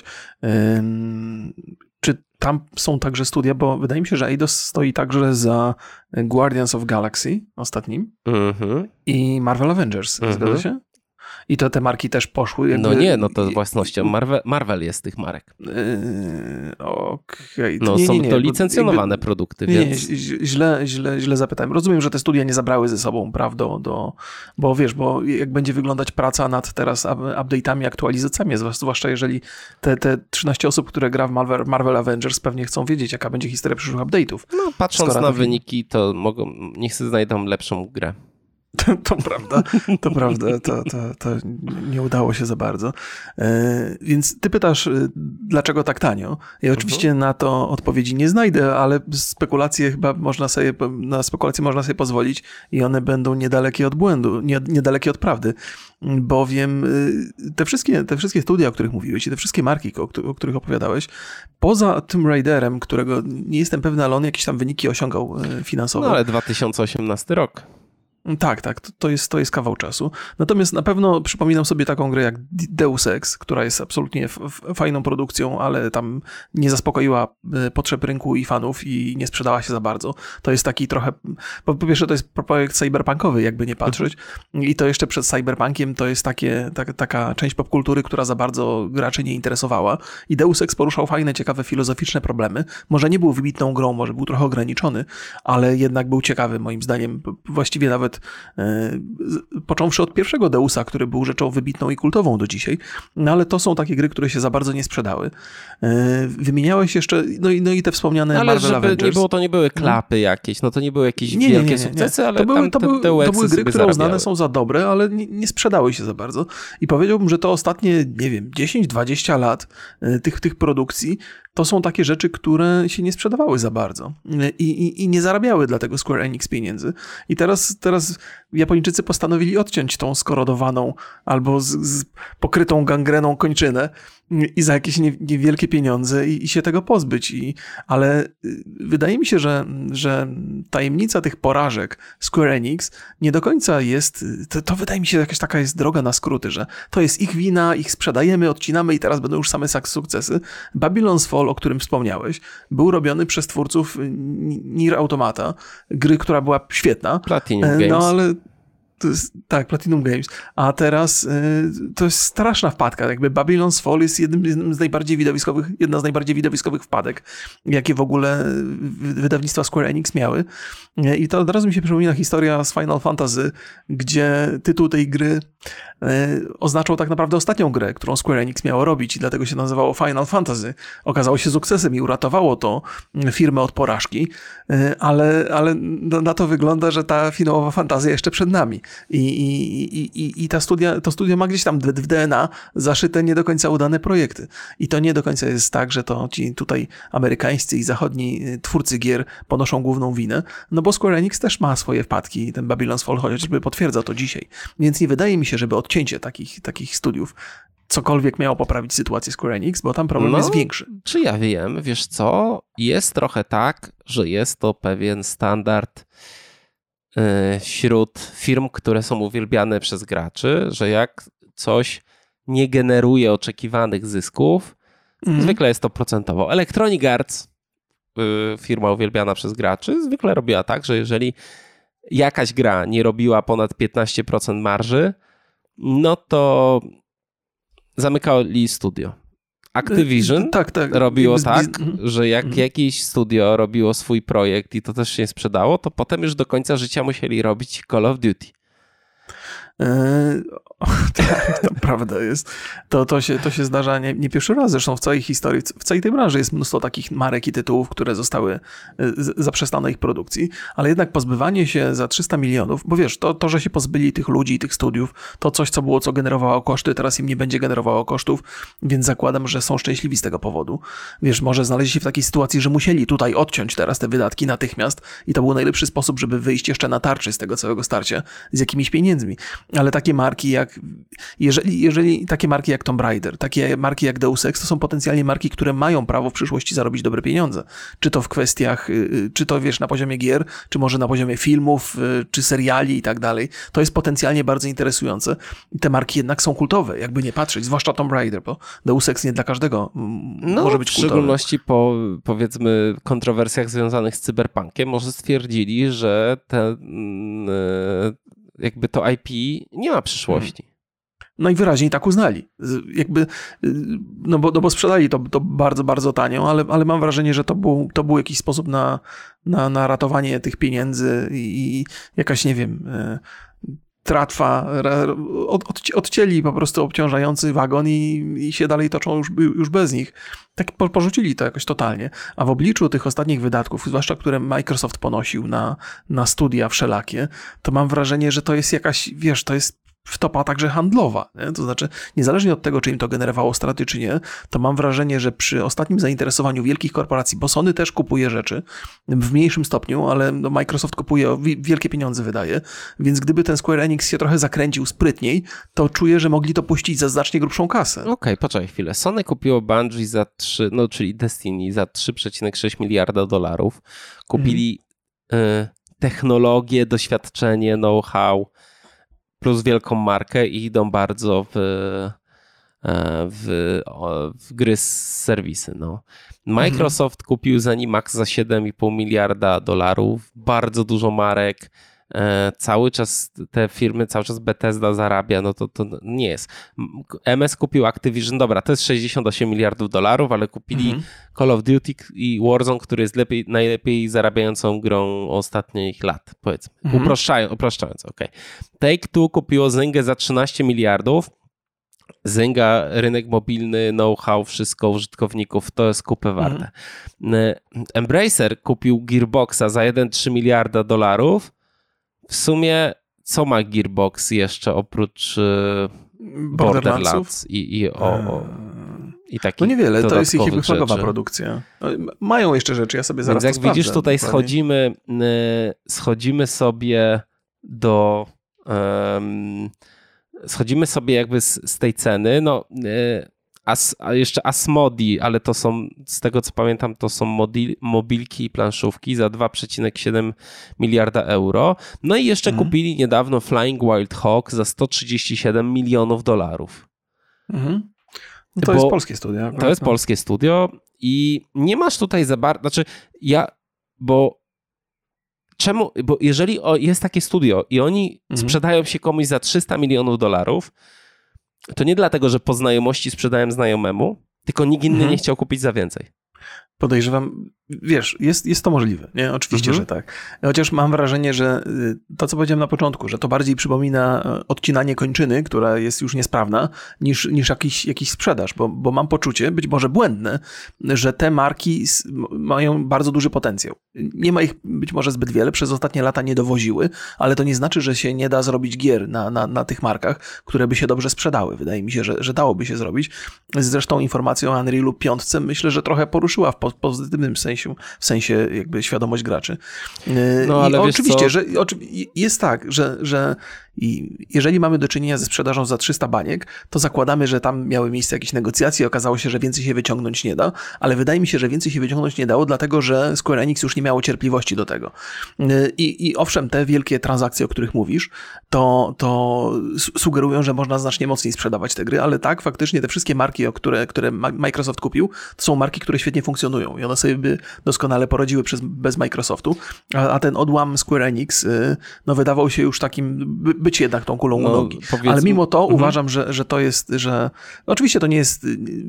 Ym, czy tam są także studia, bo wydaje mi się, że Eidos stoi także za Guardians of Galaxy ostatnim mm-hmm. i Marvel Avengers. Mm-hmm. Zgadza się? I to te marki też poszły. Jakby... No nie, no to własnością Marvel, Marvel jest tych marek. Yy, Okej. Okay. No nie, są nie, nie, to licencjonowane jakby... produkty, nie, więc... Nie, źle, źle, źle zapytałem. Rozumiem, że te studia nie zabrały ze sobą, prawda, do... bo wiesz, bo jak będzie wyglądać praca nad teraz update'ami, aktualizacjami, zwłaszcza jeżeli te, te trzynaście osób, które gra w Marvel, Marvel Avengers pewnie chcą wiedzieć, jaka będzie historia przyszłych update'ów. No patrząc Skoro na to... wyniki, to mogą, niech sobie znajdą lepszą grę. To, to prawda, to prawda, to, to, to nie udało się za bardzo. E, więc ty pytasz, dlaczego tak tanio? Ja oczywiście uh-huh. na to odpowiedzi nie znajdę, ale spekulacje chyba można sobie, na spekulacje można sobie pozwolić i one będą niedalekie od błędu, nie, niedalekie od prawdy, bowiem te wszystkie, te wszystkie studia, o których mówiłeś i te wszystkie marki, o, o których opowiadałeś, poza Tomb Raiderem, którego nie jestem pewny, ale on jakieś tam wyniki osiągał finansowo. No ale dwa tysiące osiemnasty rok. Tak, tak, to jest, to jest kawał czasu. Natomiast na pewno przypominam sobie taką grę jak Deus Ex, która jest absolutnie f- f- fajną produkcją, ale tam nie zaspokoiła potrzeb rynku i fanów i nie sprzedała się za bardzo. To jest taki trochę, po pierwsze to jest projekt cyberpunkowy, jakby nie patrzeć, i to jeszcze przed cyberpunkiem to jest takie, ta, taka część popkultury, która za bardzo graczy nie interesowała. I Deus Ex poruszał fajne, ciekawe, filozoficzne problemy. Może nie był wybitną grą, może był trochę ograniczony, ale jednak był ciekawy moim zdaniem. Właściwie nawet począwszy od pierwszego Deusa, który był rzeczą wybitną i kultową do dzisiaj, no ale to są takie gry, które się za bardzo nie sprzedały. Wymieniałeś jeszcze, no i, no i te wspomniane ale Marvel żeby Avengers. Nie było, to nie były klapy jakieś, no to nie były jakieś nie, wielkie nie, nie, nie, sukcesy, ale to były, tam to te, były, te to były gry, które zarabiały. uznane są za dobre, ale nie, nie sprzedały się za bardzo. I powiedziałbym, że to ostatnie, nie wiem, dziesięć dwadzieścia lat tych, tych produkcji to są takie rzeczy, które się nie sprzedawały za bardzo i, i, i nie zarabiały dla tego Square Enix pieniędzy. I teraz, teraz Japończycy postanowili odciąć tą skorodowaną albo z, z pokrytą gangreną kończynę i za jakieś nie, niewielkie pieniądze i, i się tego pozbyć. I, ale wydaje mi się, że, że tajemnica tych porażek Square Enix nie do końca jest, to, to wydaje mi się jakaś taka jest droga na skróty, że to jest ich wina, ich sprzedajemy, odcinamy i teraz będą już same sukcesy. Babylon's Fall, o którym wspomniałeś, był robiony przez twórców Nier Automata, gry, która była świetna. Platinum Games. No ale To jest, tak, Platinum Games. A teraz y, to jest straszna wpadka. Jakby Babylon's Fall jest jednym, jednym z najbardziej widowiskowych, jedna z najbardziej widowiskowych wpadek, jakie w ogóle wydawnictwa Square Enix miały. I to od razu mi się przypomina historia z Final Fantasy, gdzie tytuł tej gry y, oznaczał tak naprawdę ostatnią grę, którą Square Enix miało robić i dlatego się nazywało Final Fantasy. Okazało się sukcesem i uratowało to firmę od porażki, y, ale, ale na to wygląda, że ta finałowa fantazja jeszcze przed nami. I, i, i, i ta studia, to studio ma gdzieś tam w D N A zaszyte nie do końca udane projekty. I to nie do końca jest tak, że to ci tutaj amerykańscy i zachodni twórcy gier ponoszą główną winę, no bo Square Enix też ma swoje wpadki. Ten Babylon's Fall chociażby potwierdza to dzisiaj. Więc nie wydaje mi się, żeby odcięcie takich, takich studiów cokolwiek miało poprawić sytuację Square Enix, bo tam problem no, jest większy. Czy ja wiem, wiesz co, jest trochę tak, że jest to pewien standard wśród firm, które są uwielbiane przez graczy, że jak coś nie generuje oczekiwanych zysków, mm. zwykle jest to procentowo. Electronic Arts, firma uwielbiana przez graczy, zwykle robiła tak, że jeżeli jakaś gra nie robiła ponad piętnaście procent marży, no to zamykali studio. Activision tak, tak. robiło z, tak, z, że jak mm. jakieś studio robiło swój projekt i to też się nie sprzedało, to potem już do końca życia musieli robić Call of Duty. Eee, tak, to prawda jest. To, to, się, to się zdarza nie, nie pierwszy raz. Zresztą w całej historii, w całej tej branży jest mnóstwo takich marek i tytułów, które zostały, zaprzestano ich produkcji, ale jednak pozbywanie się za trzysta milionów, bo wiesz, to, to, że się pozbyli tych ludzi i tych studiów, to coś, co było, co generowało koszty, teraz im nie będzie generowało kosztów, więc zakładam, że są szczęśliwi z tego powodu. Wiesz, może znaleźli się w takiej sytuacji, że musieli tutaj odciąć teraz te wydatki natychmiast i to był najlepszy sposób, żeby wyjść jeszcze na tarczy z tego całego starcia z jakimiś pieniędzmi. Ale takie marki jak, jeżeli, jeżeli takie marki jak Tomb Raider, takie marki jak Deus Ex, to są potencjalnie marki, które mają prawo w przyszłości zarobić dobre pieniądze. Czy to w kwestiach, czy to wiesz na poziomie gier, czy może na poziomie filmów, czy seriali i tak dalej. To jest potencjalnie bardzo interesujące. I te marki jednak są kultowe, jakby nie patrzeć, zwłaszcza Tomb Raider, bo Deus Ex nie dla każdego no, może być kultowy. W szczególności po, powiedzmy, kontrowersjach związanych z cyberpunkiem, może stwierdzili, że te jakby to I P nie ma przyszłości. Najwyraźniej tak uznali. Jakby, no bo, no bo sprzedali to, to bardzo, bardzo tanio, ale, ale mam wrażenie, że to był, to był jakiś sposób na, na, na ratowanie tych pieniędzy i, i jakaś, nie wiem, tratwa, od, od, odcięli po prostu obciążający wagon i, i się dalej toczą już, już bez nich. Tak porzucili to jakoś totalnie. A w obliczu tych ostatnich wydatków, zwłaszcza które Microsoft ponosił na, na studia wszelakie, to mam wrażenie, że to jest jakaś, wiesz, to jest wtopa także handlowa. Nie? To znaczy, niezależnie od tego, czy im to generowało straty, czy nie, to mam wrażenie, że przy ostatnim zainteresowaniu wielkich korporacji, bo Sony też kupuje rzeczy w mniejszym stopniu, ale no Microsoft kupuje, wielkie pieniądze wydaje, więc gdyby ten Square Enix się trochę zakręcił sprytniej, to czuję, że mogli to puścić za znacznie grubszą kasę. Okej, okay, poczekaj chwilę. Sony kupiło Bungie za trzy, no czyli Destiny za trzy przecinek sześć miliarda dolarów. Kupili hmm. y, technologię, doświadczenie, know-how, plus wielką markę i idą bardzo w, w, w gry z serwisy. No. Microsoft mhm. kupił Zenimax za siedem i pół miliarda dolarów, bardzo dużo marek, cały czas te firmy, cały czas Bethesda zarabia, no to, to nie jest. M S kupił Activision, dobra, to jest sześćdziesiąt osiem miliardów dolarów, ale kupili mhm. Call of Duty i Warzone, który jest lepiej, najlepiej zarabiającą grą ostatnich lat, powiedzmy. Mhm. Uproszczając, uproszczając, okej. Okay. Take-Two kupiło Zyngę za trzynaście miliardów. Zynga, rynek mobilny, know-how, wszystko użytkowników, to jest kupę warte. Mhm. Embracer kupił Gearboxa za jeden przecinek trzy miliarda dolarów. W sumie, co ma Gearbox jeszcze oprócz Borderlands i, i, o, o, i takich no niewiele, to jest ich jakby flagowa rzeczy. Produkcja. Mają jeszcze rzeczy, ja sobie zaraz Więc to jak widzisz, sprawdzę, tutaj dokładnie. schodzimy, schodzimy sobie do um, schodzimy sobie jakby z, z tej ceny, no As, a jeszcze Asmodee, ale to są, z tego co pamiętam, to są modi, mobilki i planszówki za dwa przecinek siedem miliarda euro. No i jeszcze mhm. kupili niedawno Flying Wild Hog za sto trzydzieści siedem milionów dolarów. Mhm. No to Bo jest polskie studio. Prawda? To jest polskie studio i nie masz tutaj za bardzo, znaczy ja, bo czemu, bo jeżeli jest takie studio i oni mhm. sprzedają się komuś za trzysta milionów dolarów, to nie dlatego, że po znajomości sprzedałem znajomemu, tylko nikt inny mhm. nie chciał kupić za więcej. Podejrzewam, wiesz, jest, jest to możliwe, nie? Oczywiście, mhm. że tak. Chociaż mam wrażenie, że to, co powiedziałem na początku, że to bardziej przypomina odcinanie kończyny, która jest już niesprawna, niż, niż jakiś, jakiś sprzedaż, bo, bo mam poczucie, być może błędne, że te marki mają bardzo duży potencjał. Nie ma ich być może zbyt wiele, przez ostatnie lata nie dowoziły, ale to nie znaczy, że się nie da zrobić gier na, na, na tych markach, które by się dobrze sprzedały. Wydaje mi się, że, że dałoby się zrobić. Zresztą informację o Unrealu piątce myślę, że trochę poruszyła w pozytywnym sensie, w sensie jakby świadomość graczy. No, ale I oczywiście, co? że jest tak, że, że jeżeli mamy do czynienia ze sprzedażą za trzysta baniek, to zakładamy, że tam miały miejsce jakieś negocjacje, okazało się, że więcej się wyciągnąć nie da, ale wydaje mi się, że więcej się wyciągnąć nie dało, dlatego że Square Enix już nie miało cierpliwości do tego. I, i owszem, te wielkie transakcje, o których mówisz, to, to sugerują, że można znacznie mocniej sprzedawać te gry, ale tak, faktycznie te wszystkie marki, o które, które Microsoft kupił, to są marki, które świetnie funkcjonują i one sobie by doskonale poradziły przez, bez Microsoftu, a, a ten odłam Square Enix no, wydawał się już takim, by, być jednak tą kulą u nogi. No, ale mimo to mhm. uważam, że, że to jest, że oczywiście to nie jest,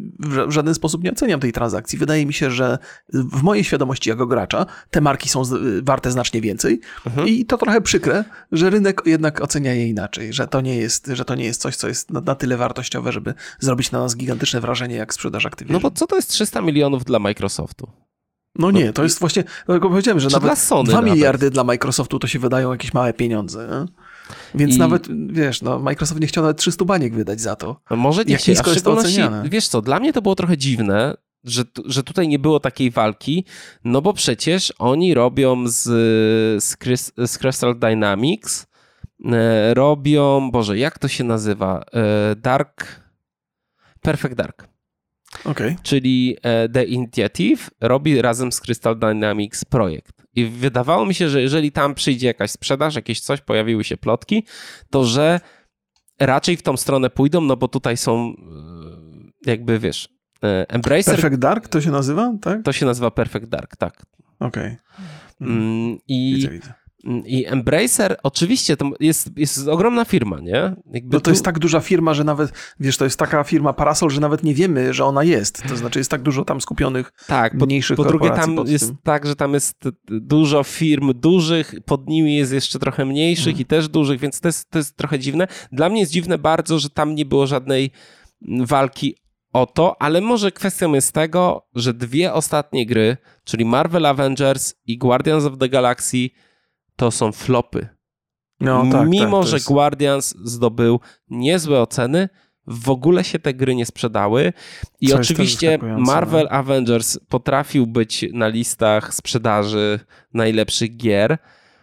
w żaden sposób nie oceniam tej transakcji. Wydaje mi się, że w mojej świadomości jako gracza te marki są warte znacznie więcej mhm. i to trochę przykre, że rynek jednak ocenia je inaczej, że to nie jest, że to nie jest coś, co jest na, na tyle wartościowe, żeby zrobić na nas gigantyczne wrażenie jak sprzedaż Activision. No bo co to jest trzysta milionów dla Microsoftu? No nie, to jest właśnie, dlatego powiedziałem, że nawet dwa miliardy dla Microsoftu to się wydają jakieś małe pieniądze. Nie? Więc I... nawet, wiesz, no Microsoft nie chciał nawet trzysta baniek wydać za to. No może nie chciał, a w szczególności, wiesz co, dla mnie to było trochę dziwne, że, że tutaj nie było takiej walki, no bo przecież oni robią z, z, Chris, z Crystal Dynamics, e, robią, Boże, jak to się nazywa? E, Dark, Perfect Dark. Okay. Czyli The Initiative robi razem z Crystal Dynamics projekt. I wydawało mi się, że jeżeli tam przyjdzie jakaś sprzedaż, jakieś coś, pojawiły się plotki, to że raczej w tą stronę pójdą, no bo tutaj są jakby, wiesz, Embracer... Perfect Dark to się nazywa, tak? To się nazywa Perfect Dark, tak. Okej. Okay. Mm. I... Widzę, widzę. I Embracer oczywiście to jest, jest ogromna firma, nie? Jakby no to tu... jest tak duża firma, że nawet, wiesz, to jest taka firma Parasol, że nawet nie wiemy, że ona jest. To znaczy jest tak dużo tam skupionych tak, mniejszych po, po korporacji. Po drugie tam jest tym. tak, że tam jest dużo firm dużych, pod nimi jest jeszcze trochę mniejszych hmm. i też dużych, więc to jest, to jest trochę dziwne. Dla mnie jest dziwne bardzo, że tam nie było żadnej walki o to, ale może kwestią jest tego, że dwie ostatnie gry, czyli Marvel Avengers i Guardians of the Galaxy to są flopy. No, tak, Mimo, tak, że jest... Guardians zdobył niezłe oceny, w ogóle się te gry nie sprzedały. I Co oczywiście Marvel no? Avengers potrafił być na listach sprzedaży najlepszych gier.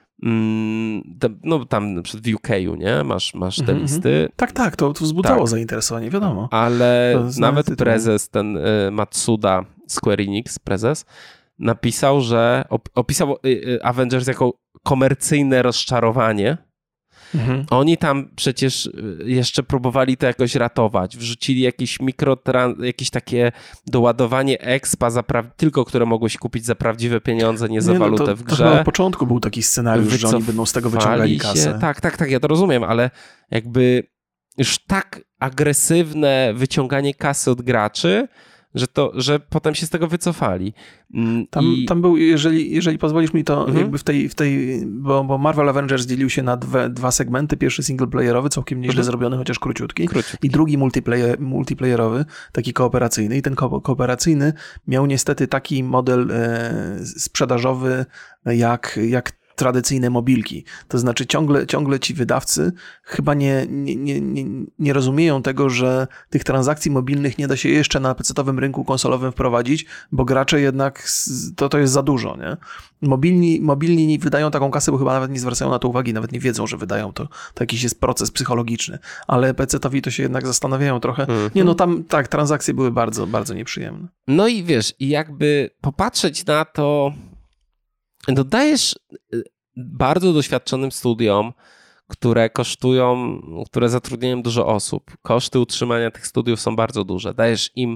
No tam w U K u, nie? Masz, masz te mm-hmm. listy. Tak, tak, to, to wzbudzało tak. zainteresowanie, wiadomo. Ale nawet tytuł. prezes, ten Matsuda Square Enix, prezes, napisał, że opisał Avengers jako komercyjne rozczarowanie. Mhm. Oni tam przecież jeszcze próbowali to jakoś ratować. Wrzucili jakieś mikro, jakieś takie doładowanie expa, za pra- tylko które mogło się kupić za prawdziwe pieniądze, nie za nie, walutę no to, w grze. To na początku był taki scenariusz, Wycofali że oni będą z tego wyciągali kasę. Się. Tak, tak, tak, ja to rozumiem, ale jakby już tak agresywne wyciąganie kasy od graczy, że, to, że potem się z tego wycofali. Tam, I... tam był, jeżeli, jeżeli pozwolisz mi to, mhm. jakby w tej, w tej bo, bo Marvel Avengers dzielił się na dwa, dwa segmenty. Pierwszy singleplayerowy, całkiem nieźle mhm. zrobiony, chociaż króciutki. króciutki. I drugi multiplayer, multiplayerowy, taki kooperacyjny. I ten ko- kooperacyjny miał niestety taki model e, sprzedażowy jak, jak tradycyjne mobilki. To znaczy ciągle, ciągle ci wydawcy chyba nie, nie, nie, nie, nie rozumieją tego, że tych transakcji mobilnych nie da się jeszcze na pecetowym rynku konsolowym wprowadzić, bo gracze jednak to, to jest za dużo, nie? Mobilni, mobilni wydają taką kasę, bo chyba nawet nie zwracają na to uwagi, nawet nie wiedzą, że wydają to. To jakiś jest proces psychologiczny. Ale pecetowi to się jednak zastanawiają trochę. Mm-hmm. Nie no, tam tak, transakcje były bardzo, bardzo nieprzyjemne. No i wiesz, i jakby popatrzeć na to, no dajesz bardzo doświadczonym studiom, które kosztują, które zatrudniają dużo osób. Koszty utrzymania tych studiów są bardzo duże. Dajesz im,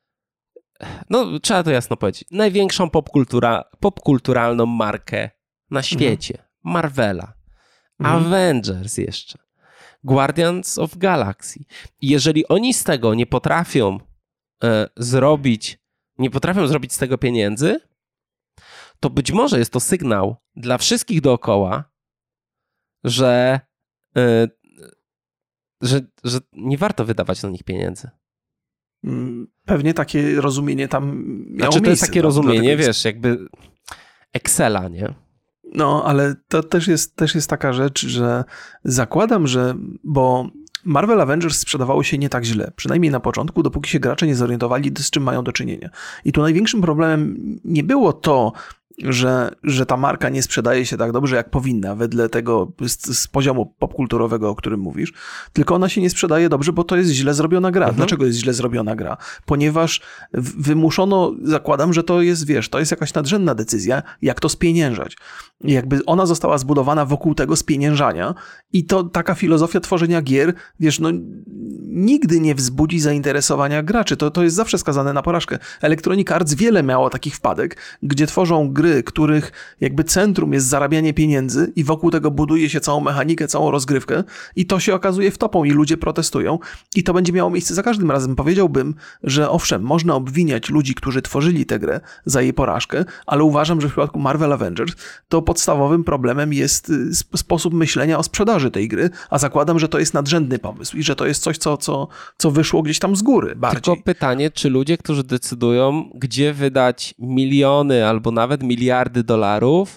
no trzeba to jasno powiedzieć, największą popkultura, popkulturalną markę na świecie. Mhm. Marvela, mhm. Avengers jeszcze, Guardians of Galaxy. I jeżeli oni z tego nie potrafią e, zrobić, nie potrafią zrobić z tego pieniędzy, to być może jest to sygnał dla wszystkich dookoła, że, e, że, że nie warto wydawać na nich pieniędzy. Pewnie takie rozumienie tam miało Znaczy to miejsce, jest takie no, rozumienie, wiesz, jakby Excela, nie? No, ale to też jest, też jest taka rzecz, że zakładam, że, bo Marvel Avengers sprzedawało się nie tak źle, przynajmniej na początku, dopóki się gracze nie zorientowali, z czym mają do czynienia. I tu największym problemem nie było to, że, że ta marka nie sprzedaje się tak dobrze, jak powinna, wedle tego z, z poziomu popkulturowego, o którym mówisz, tylko ona się nie sprzedaje dobrze, bo to jest źle zrobiona gra. Mhm. Dlaczego jest źle zrobiona gra? Ponieważ wymuszono, zakładam, że to jest, wiesz, to jest jakaś nadrzędna decyzja, jak to spieniężać. I jakby ona została zbudowana wokół tego spieniężania i to taka filozofia tworzenia gier, wiesz, no nigdy nie wzbudzi zainteresowania graczy. To, to jest zawsze skazane na porażkę. Electronic Arts wiele miało takich wpadek, gdzie tworzą gry, których jakby centrum jest zarabianie pieniędzy i wokół tego buduje się całą mechanikę, całą rozgrywkę i to się okazuje wtopą i ludzie protestują i to będzie miało miejsce za każdym razem. Powiedziałbym, że owszem, można obwiniać ludzi, którzy tworzyli tę grę za jej porażkę, ale uważam, że w przypadku Marvel Avengers to podstawowym problemem jest sposób myślenia o sprzedaży tej gry, a zakładam, że to jest nadrzędny pomysł i że to jest coś, co, co, co wyszło gdzieś tam z góry bardziej. Tylko pytanie, czy ludzie, którzy decydują, gdzie wydać miliony albo nawet miliardy dolarów,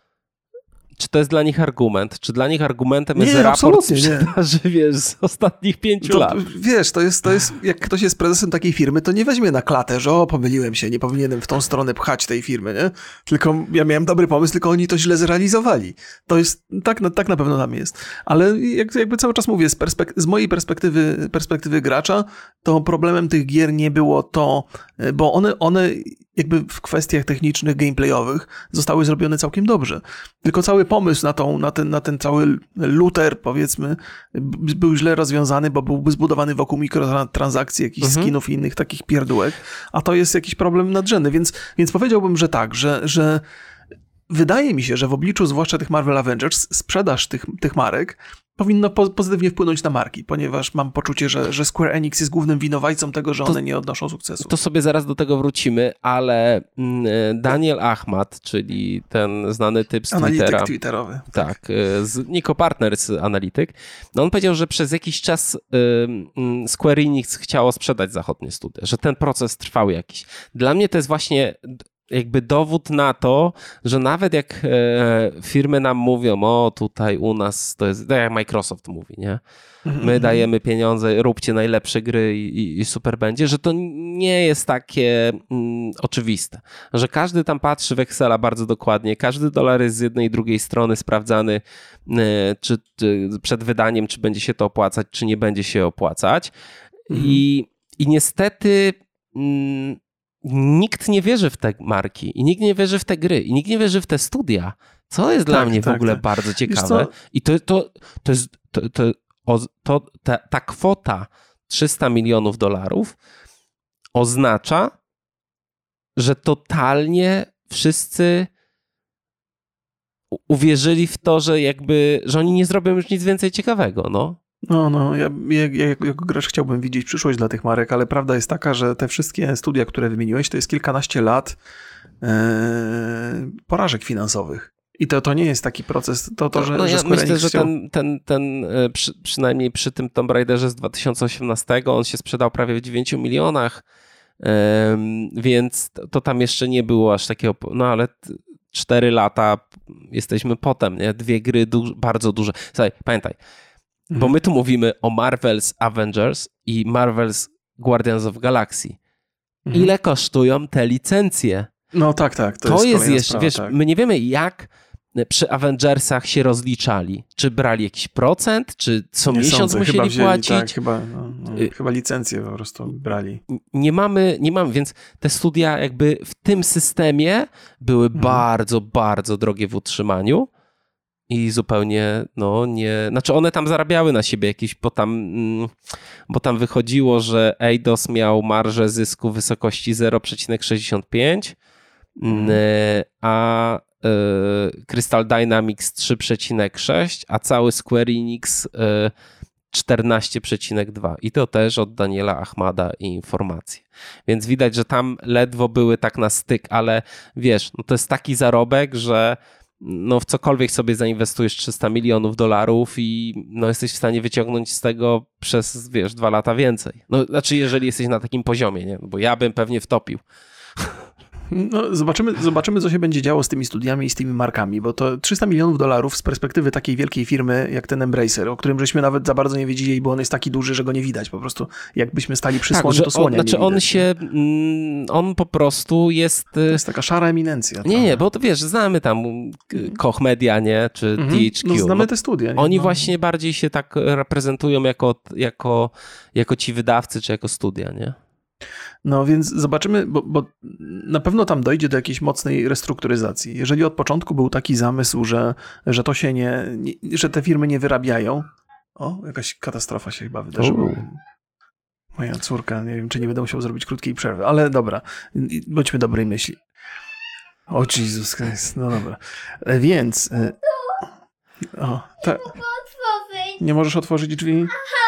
czy to jest dla nich argument? Czy dla nich argumentem jest nie, raport sprzedaży, nie. wiesz, z ostatnich pięciu to, lat? Wiesz, to jest, to jest, jak ktoś jest prezesem takiej firmy, to nie weźmie na klatę, że o, pomyliłem się, nie powinienem w tą stronę pchać tej firmy, nie? Tylko ja miałem dobry pomysł, tylko oni to źle zrealizowali. To jest, tak, tak na pewno tam jest. Ale jak, jakby cały czas mówię, z, perspek- z mojej perspektywy, perspektywy gracza, to problemem tych gier nie było to, bo one, one jakby w kwestiach technicznych, gameplayowych zostały zrobione całkiem dobrze. Tylko cały pomysł na, tą, na, ten, na ten cały looter, powiedzmy, był źle rozwiązany, bo byłby zbudowany wokół mikrotransakcji, jakichś mhm. skinów i innych takich pierdółek, a to jest jakiś problem nadrzędny, więc, więc powiedziałbym, że tak, że, że wydaje mi się, że w obliczu zwłaszcza tych Marvel Avengers sprzedaż tych, tych marek powinno po, pozytywnie wpłynąć na marki, ponieważ mam poczucie, że, że Square Enix jest głównym winowajcą tego, że to, one nie odnoszą sukcesu. To sobie zaraz do tego wrócimy, ale Daniel Ahmad, czyli ten znany typ z analityk Twittera. twitterowy. Tak, z Nico Partners analityk. No on powiedział, że przez jakiś czas Square Enix chciało sprzedać zachodnie studia, że ten proces trwał jakiś. Dla mnie to jest właśnie jakby dowód na to, że nawet jak e, firmy nam mówią, o tutaj u nas, to jest tak jak Microsoft mówi, nie? My dajemy pieniądze, róbcie najlepsze gry i, i super będzie, że to nie jest takie mm, oczywiste, że każdy tam patrzy w Excela bardzo dokładnie, każdy dolar jest z jednej i drugiej strony sprawdzany, e, czy, czy przed wydaniem, czy będzie się to opłacać, czy nie będzie się opłacać mhm. I, i niestety mm, nikt nie wierzy w te marki i nikt nie wierzy w te gry i nikt nie wierzy w te studia, co jest tak, dla mnie tak, w ogóle tak. bardzo ciekawe. I to, to, to jest to, to, to, ta, ta kwota trzysta milionów dolarów oznacza, że totalnie wszyscy uwierzyli w to, że jakby, że oni nie zrobią już nic więcej ciekawego, no. No, no, ja, ja, ja jako gracz chciałbym widzieć przyszłość dla tych marek, ale prawda jest taka, że te wszystkie studia, które wymieniłeś, to jest kilkanaście lat e, porażek finansowych. I to, to nie jest taki proces, to, to że, no, że ja Square myślę, że chciał... ten, ten, ten przy, przynajmniej przy tym Tomb Raiderze z dwa tysiące osiemnastego on się sprzedał prawie w dziewięciu milionach, um, więc to, to tam jeszcze nie było aż takiego, no ale cztery lata jesteśmy potem, nie? Dwie gry duż, bardzo duże. Słuchaj, pamiętaj, mhm. bo my tu mówimy o Marvel's Avengers i Marvel's Guardians of Galaxy. Mhm. Ile kosztują te licencje? No tak, tak. To, to jest, jest jeszcze, sprawa, wiesz, tak. my nie wiemy jak przy Avengersach się rozliczali. Czy brali jakiś procent, czy co nie miesiąc sądzę, musieli chyba wzięli, płacić? Tak, chyba, no, no, y- chyba licencje po prostu brali. Nie mamy, nie mamy, więc te studia jakby w tym systemie były mhm. bardzo, bardzo drogie w utrzymaniu i zupełnie, no nie, znaczy one tam zarabiały na siebie jakieś, bo tam, bo tam wychodziło, że Eidos miał marżę zysku w wysokości zero przecinek sześćdziesiąt pięć, mhm. a y, Crystal Dynamics trzy przecinek sześć, a cały Square Enix y, czternaście przecinek dwa. I to też od Daniela Ahmada i informacje. Więc widać, że tam ledwo były tak na styk, ale wiesz, no to jest taki zarobek, że no w cokolwiek sobie zainwestujesz trzysta milionów dolarów i no jesteś w stanie wyciągnąć z tego przez, wiesz, dwa lata więcej. No znaczy, jeżeli jesteś na takim poziomie, nie? Bo ja bym pewnie wtopił. No, zobaczymy, zobaczymy, co się będzie działo z tymi studiami i z tymi markami, bo to trzysta milionów dolarów z perspektywy takiej wielkiej firmy jak ten Embracer, o którym żeśmy nawet za bardzo nie wiedzieli, bo on jest taki duży, że go nie widać. Po prostu jakbyśmy stali przy tak, słoniu, to słonia on, Znaczy nie on widać. się, on po prostu jest... To jest taka szara eminencja. Nie, nie, bo to wiesz, znamy tam Koch Media, nie? Czy mhm. T H Q. No, znamy te studia. Nie? Oni no. właśnie bardziej się tak reprezentują jako, jako, jako ci wydawcy, czy jako studia, nie? No więc zobaczymy, bo, bo na pewno tam dojdzie do jakiejś mocnej restrukturyzacji. Jeżeli od początku był taki zamysł, że, że to się nie, nie, że te firmy nie wyrabiają. O, jakaś katastrofa się chyba wydarzyła. U. Moja córka, nie wiem, czy nie będę musiał zrobić krótkiej przerwy, ale dobra, bądźmy dobrej myśli. O Jezus Christ, no dobra. Więc... O, ta... Nie możesz otworzyć drzwi?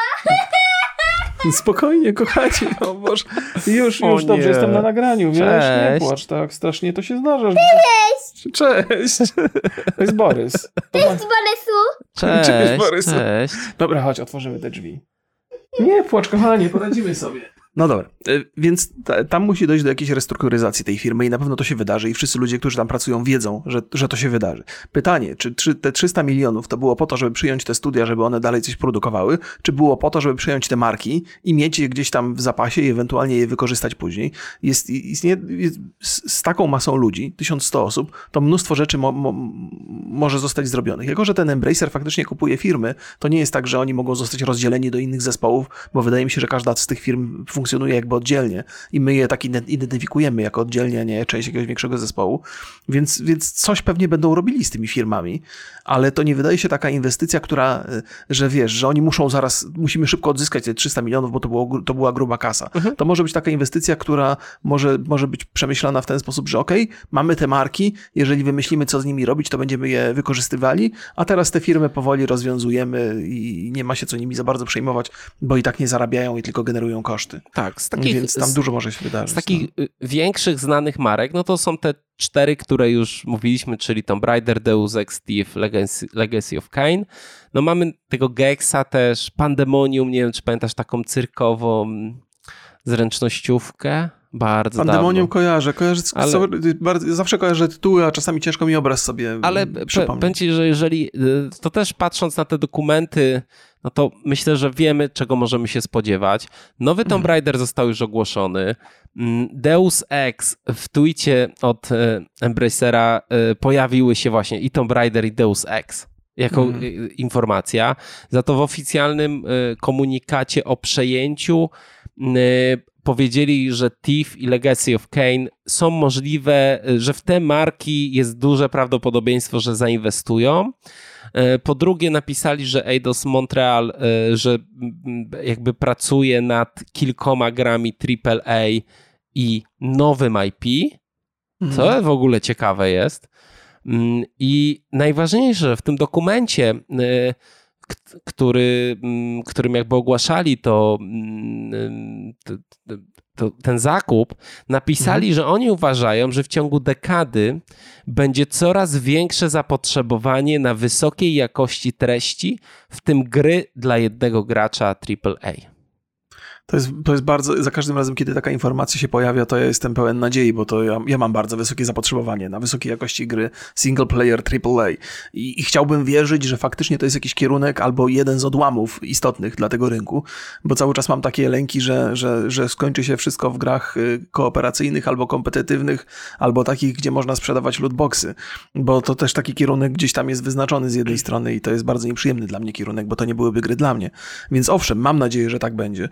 Spokojnie, kochani, o Boże. Już, O już, nie. dobrze, jestem na nagraniu, wiesz, nie Cześć. płacz, tak, strasznie to się zdarza. Cześć! Cześć! To jest Borys. To ma... Cześć, Borysu! Cześć, Cześć, Borysu. cześć. Dobra, chodź, otworzymy te drzwi. Nie płacz, kochanie, poradzimy sobie. No dobra, więc ta, tam musi dojść do jakiejś restrukturyzacji tej firmy i na pewno to się wydarzy i wszyscy ludzie, którzy tam pracują, wiedzą, że, że to się wydarzy. Pytanie, czy, czy te trzysta milionów to było po to, żeby przyjąć te studia, żeby one dalej coś produkowały, czy było po to, żeby przyjąć te marki i mieć je gdzieś tam w zapasie i ewentualnie je wykorzystać później. Jest, istnieje, jest, z, z taką masą ludzi, tysiąc sto osób, to mnóstwo rzeczy mo, mo, może zostać zrobionych. Jako że ten Embracer faktycznie kupuje firmy, to nie jest tak, że oni mogą zostać rozdzieleni do innych zespołów, bo wydaje mi się, że każda z tych firm funkcjonuje jakby oddzielnie i my je tak identyfikujemy jako oddzielnie, a nie część jakiegoś większego zespołu, więc, więc coś pewnie będą robili z tymi firmami, ale to nie wydaje się taka inwestycja, która, że wiesz, że oni muszą zaraz, musimy szybko odzyskać te trzysta milionów, bo to, było, to była gruba kasa. Mhm. To może być taka inwestycja, która może, może być przemyślana w ten sposób, że okej, okay, mamy te marki, jeżeli wymyślimy, co z nimi robić, to będziemy je wykorzystywali, a teraz te firmy powoli rozwiązujemy i nie ma się co nimi za bardzo przejmować, bo i tak nie zarabiają i tylko generują koszty. Tak, z takich, więc tam dużo może się wydarzyć. Z takich no. większych znanych marek, no to są te cztery, które już mówiliśmy, czyli Tomb Raider, Deus Ex, Thief, Legacy, Legacy of Kain. No mamy tego Gexa też, Pandemonium, nie wiem, czy pamiętasz taką cyrkową zręcznościówkę? Bardzo Pandemonium dawno. kojarzę, kojarzę ale... co, bardzo, zawsze kojarzę tytuły, a czasami ciężko mi obraz sobie ale przypomnieć. Powiem ci, że jeżeli, to też patrząc na te dokumenty, no to myślę, że wiemy, czego możemy się spodziewać. Nowy Tomb Raider został już ogłoszony. Deus Ex w tweetie od Embracera pojawiły się właśnie i Tomb Raider, i Deus Ex jako mm. informacja. Za to w oficjalnym komunikacie o przejęciu powiedzieli, że Thief i Legacy of Kain są możliwe, że w te marki jest duże prawdopodobieństwo, że zainwestują. Po drugie napisali, że Eidos Montreal, że jakby pracuje nad kilkoma grami triple A i nowym I P, co mm. w ogóle ciekawe jest. I najważniejsze w tym dokumencie, który, którym jakby ogłaszali to, to, to ten zakup, napisali, mhm. że oni uważają, że w ciągu dekady będzie coraz większe zapotrzebowanie na wysokiej jakości treści, w tym gry dla jednego gracza triple A. To jest, to jest bardzo, za każdym razem, kiedy taka informacja się pojawia, to ja jestem pełen nadziei, bo to ja, ja mam bardzo wysokie zapotrzebowanie na wysokiej jakości gry single player triple A I, i chciałbym wierzyć, że faktycznie to jest jakiś kierunek albo jeden z odłamów istotnych dla tego rynku, bo cały czas mam takie lęki, że, że, że skończy się wszystko w grach kooperacyjnych albo kompetytywnych, albo takich, gdzie można sprzedawać lootboxy, bo to też taki kierunek gdzieś tam jest wyznaczony z jednej strony i to jest bardzo nieprzyjemny dla mnie kierunek, bo to nie byłyby gry dla mnie. Więc owszem, mam nadzieję, że tak będzie.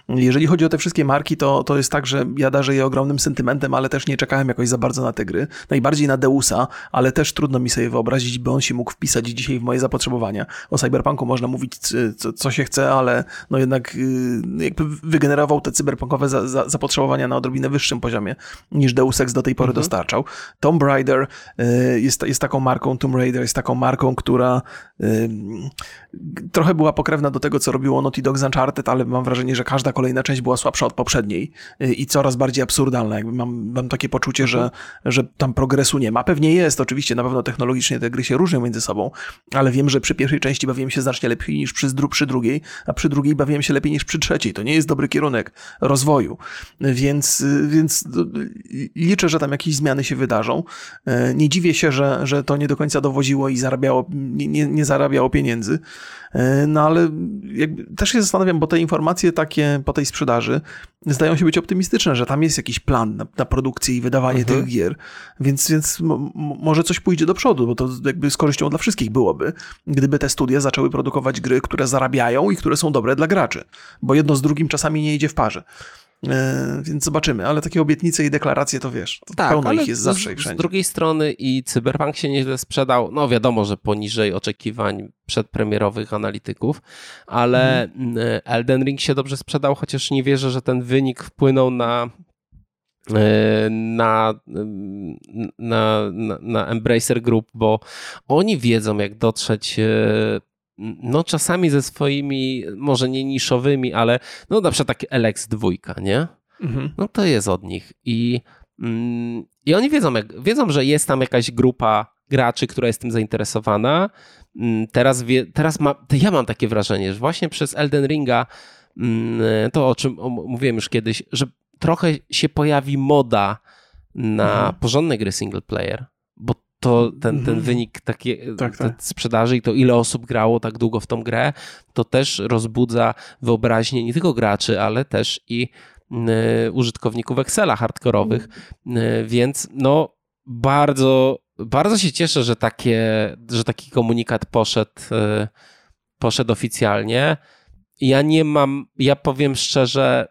Jeżeli chodzi o te wszystkie marki, to, to jest tak, że ja darzę je ogromnym sentymentem, ale też nie czekałem jakoś za bardzo na te gry. Najbardziej na Deusa, ale też trudno mi sobie wyobrazić, by on się mógł wpisać dzisiaj w moje zapotrzebowania. O Cyberpunku można mówić co, co się chce, ale no jednak jakby wygenerował te cyberpunkowe za, za, zapotrzebowania na odrobinę wyższym poziomie niż Deus Ex do tej pory mhm. dostarczał. Tomb Raider jest, jest taką marką, Tomb Raider jest taką marką, która y, trochę była pokrewna do tego, co robiło Naughty Dog z Uncharted, ale mam wrażenie, że każda kolejna część była słabsza od poprzedniej y, i coraz bardziej absurdalna. Jakby mam, mam takie poczucie, mhm. że, że tam progresu nie ma. Pewnie jest, oczywiście, na pewno technologicznie te gry się różnią między sobą, ale wiem, że przy pierwszej części bawiłem się znacznie lepiej niż przy, przy drugiej, a przy drugiej bawiłem się lepiej niż przy trzeciej. To nie jest dobry kierunek rozwoju, więc, więc liczę, że tam jakieś zmiany się wydarzą. Nie dziwię się, że, że to nie do końca dowoziło i zarabiało, nie, nie, nie zarabiało pieniędzy, no ale jakby też się zastanawiam, bo te informacje takie po tej sprzedaży zdają się być optymistyczne, że tam jest jakiś plan na, na produkcję i wydawanie mhm. tych gier, więc, więc m- może coś pójdzie do przodu, bo to jakby z korzyścią dla wszystkich byłoby, gdyby te studia zaczęły produkować gry, które zarabiają i które są dobre dla graczy, bo jedno z drugim czasami nie idzie w parze. E, więc zobaczymy, ale takie obietnice i deklaracje to wiesz, to tak, pełno ich jest z, zawsze i wszędzie. Z drugiej strony i Cyberpunk się nieźle sprzedał, no wiadomo, że poniżej oczekiwań przedpremierowych analityków, ale mhm. Elden Ring się dobrze sprzedał, chociaż nie wierzę, że ten wynik wpłynął na Na, na, na, na Embracer Group, bo oni wiedzą, jak dotrzeć no czasami ze swoimi, może nie niszowymi, ale no na przykład taki L X dwa, nie? Mhm. No to jest od nich. I, mm, i oni wiedzą, jak, wiedzą, że jest tam jakaś grupa graczy, która jest tym zainteresowana. Teraz, wie, teraz ma, ja mam takie wrażenie, że właśnie przez Elden Ringa, to o czym mówiłem już kiedyś, że trochę się pojawi moda na mhm. porządne gry single player, bo to ten, ten wynik taki, tak, tak. sprzedaży i to ile osób grało tak długo w tą grę, to też rozbudza wyobraźnię nie tylko graczy, ale też i y, użytkowników Excela hardkorowych, y, więc no bardzo, bardzo się cieszę, że, takie, że taki komunikat poszedł, y, poszedł oficjalnie. Ja nie mam, ja powiem szczerze,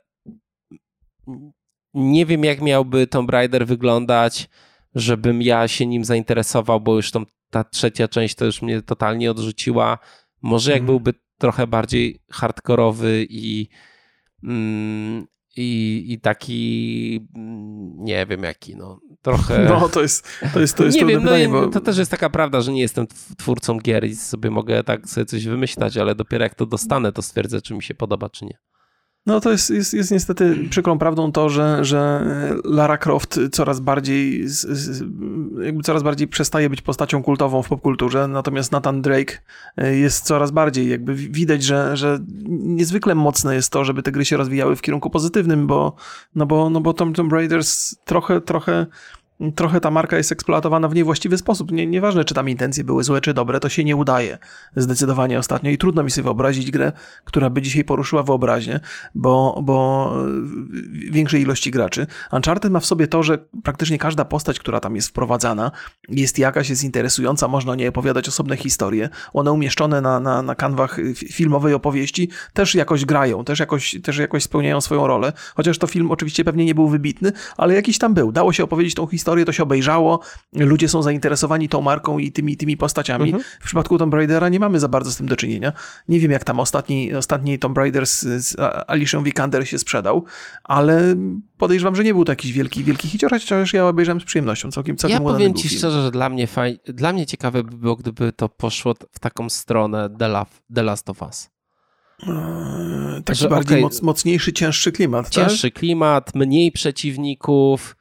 nie wiem, jak miałby Tomb Raider wyglądać, żebym ja się nim zainteresował, bo już tą, ta trzecia część to już mnie totalnie odrzuciła. Może jak mm. byłby trochę bardziej hardkorowy i, mm, i, i taki, nie wiem jaki, no trochę... No to jest to jest, to jest nie wiem, pytanie, no, bo... to też jest taka prawda, że nie jestem twórcą gier i sobie mogę tak sobie coś wymyślać, ale dopiero jak to dostanę, to stwierdzę, czy mi się podoba, czy nie. No to jest, jest, jest niestety przykrą prawdą to, że, że Lara Croft coraz bardziej jakby coraz bardziej przestaje być postacią kultową w popkulturze, natomiast Nathan Drake jest coraz bardziej, jakby widać, że, że niezwykle mocne jest to, żeby te gry się rozwijały w kierunku pozytywnym, bo no bo, no bo Tomb Raiders trochę, trochę Trochę ta marka jest eksploatowana w niewłaściwy sposób. Nie, nieważne, czy tam intencje były złe, czy dobre, to się nie udaje zdecydowanie ostatnio i trudno mi sobie wyobrazić grę, która by dzisiaj poruszyła wyobraźnię, bo, bo większej ilości graczy. Uncharted ma w sobie to, że praktycznie każda postać, która tam jest wprowadzana, jest jakaś, jest interesująca, można o niej opowiadać osobne historie. One umieszczone na, na, na kanwach filmowej opowieści też jakoś grają, też jakoś, też jakoś spełniają swoją rolę, chociaż to film oczywiście pewnie nie był wybitny, ale jakiś tam był. Dało się opowiedzieć tą historię, to się obejrzało, ludzie są zainteresowani tą marką i tymi, tymi postaciami. Mhm. W przypadku Tomb Raidera nie mamy za bardzo z tym do czynienia. Nie wiem, jak tam ostatni, ostatni Tomb Raider z, z Alicia Vikander się sprzedał, ale podejrzewam, że nie był to jakiś wielki, wielki hicior, chociaż ja obejrzałem z przyjemnością. Całkiem, całkiem ja powiem ci film. szczerze, że dla mnie, faj... dla mnie ciekawe by było, gdyby to poszło w taką stronę The, La... The Last of Us. Eee, taki że, bardziej okay, moc, mocniejszy, cięższy klimat. Cięższy tak? klimat, mniej przeciwników,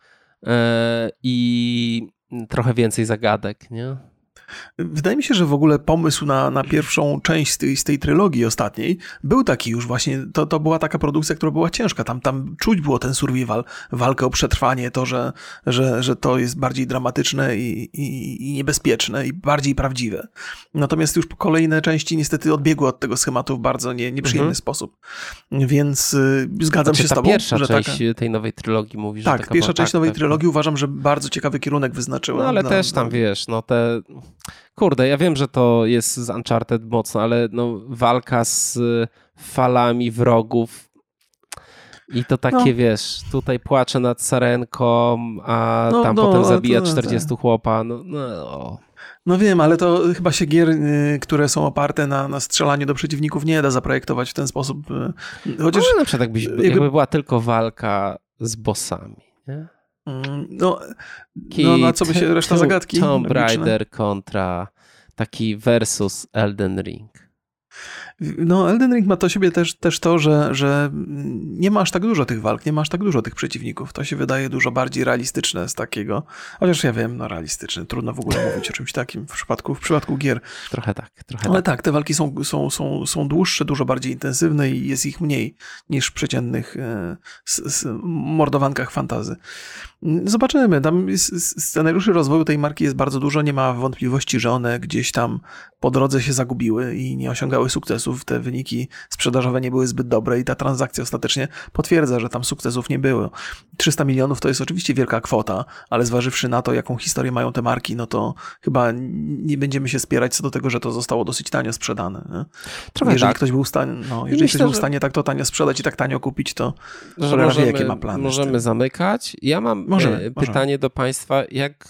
i trochę więcej zagadek, nie? Wydaje mi się, że w ogóle pomysł na, na pierwszą część z tej, z tej trylogii ostatniej był taki już właśnie, to, to była taka produkcja, która była ciężka, tam, tam czuć było ten survival, walkę o przetrwanie, to, że, że, że to jest bardziej dramatyczne i, i, i niebezpieczne i bardziej prawdziwe. Natomiast już kolejne części niestety odbiegły od tego schematu w bardzo nie, nieprzyjemny mhm. sposób, więc y, zgadzam znaczy, się z ta tobą, pierwsza że część taka... tej nowej trylogii mówi, tak, że taka pierwsza była, część tak, nowej tak, trylogii tak. uważam, że bardzo ciekawy kierunek wyznaczyła. No ale na, też tam, na... wiesz, no te... Kurde, ja wiem, że to jest z Uncharted mocno, ale no walka z falami wrogów I to takie, no. wiesz, tutaj płacze nad sarenką, a no, tam no, potem zabija to, czterdziestu chłopa. No, no. no wiem, ale to chyba się gier, które są oparte na, na strzelaniu do przeciwników, nie da zaprojektować w ten sposób. Chociaż no, na przykład jakbyś, jakby... jakby była tylko walka z bossami, nie? No, no na co by się reszta zagadki? Tomb Raider kontra taki versus Elden Ring. No, Elden Ring ma to siebie też, też to, że, że nie ma aż tak dużo tych walk, nie ma aż tak dużo tych przeciwników. To się wydaje dużo bardziej realistyczne z takiego. Chociaż ja wiem, no realistyczne. Trudno w ogóle mówić o czymś takim w przypadku, w przypadku gier. Trochę tak, trochę Ale tak. tak, te walki są, są, są, są dłuższe, dużo bardziej intensywne i jest ich mniej niż w przeciętnych e, s, s, mordowankach fantasy. Zobaczymy. Tam jest, scenariuszy rozwoju tej marki jest bardzo dużo. Nie ma wątpliwości, że one gdzieś tam po drodze się zagubiły i nie osiągały sukcesów. Te wyniki sprzedażowe nie były zbyt dobre i ta transakcja ostatecznie potwierdza, że tam sukcesów nie było. trzysta milionów to jest oczywiście wielka kwota, ale zważywszy na to, jaką historię mają te marki, no to chyba nie będziemy się spierać co do tego, że to zostało dosyć tanio sprzedane. Nie? Trochę jeżeli tak. ktoś był w stanie, no, jeżeli myślę, ktoś był w stanie tak to tanio sprzedać i tak tanio kupić, to cholera wie, jakie ma plany. Możemy zamykać. Ja mam Możemy, pytanie możemy. do Państwa, jak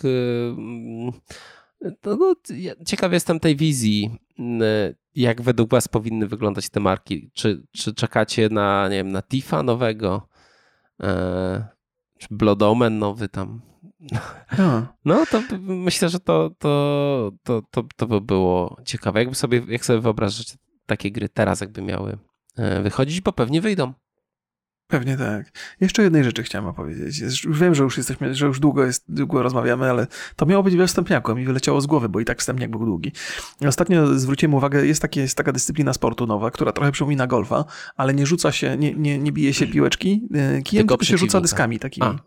no, no, ciekaw jestem tej wizji, jak według Was powinny wyglądać te marki? Czy, czy czekacie na, nie wiem, na Tifa nowego? E, czy Blood Omen nowy tam? A. No to myślę, że to, to, to, to, to by było ciekawe. Jakby sobie, jak sobie wyobrażać takie gry teraz jakby miały wychodzić, bo pewnie wyjdą. Pewnie tak. Jeszcze jednej rzeczy chciałem opowiedzieć. Wiem, że już jesteśmy, że już długo, jest, długo rozmawiamy, ale to miało być we wstępniaku, a mi wyleciało z głowy, bo i tak wstępniak był długi. Ostatnio zwróciłem uwagę, jest, takie, jest taka dyscyplina sportu nowa, która trochę przypomina golfa, ale nie rzuca się, nie, nie, nie bije się piłeczki kijem, tylko się rzuca dyskami takimi. A.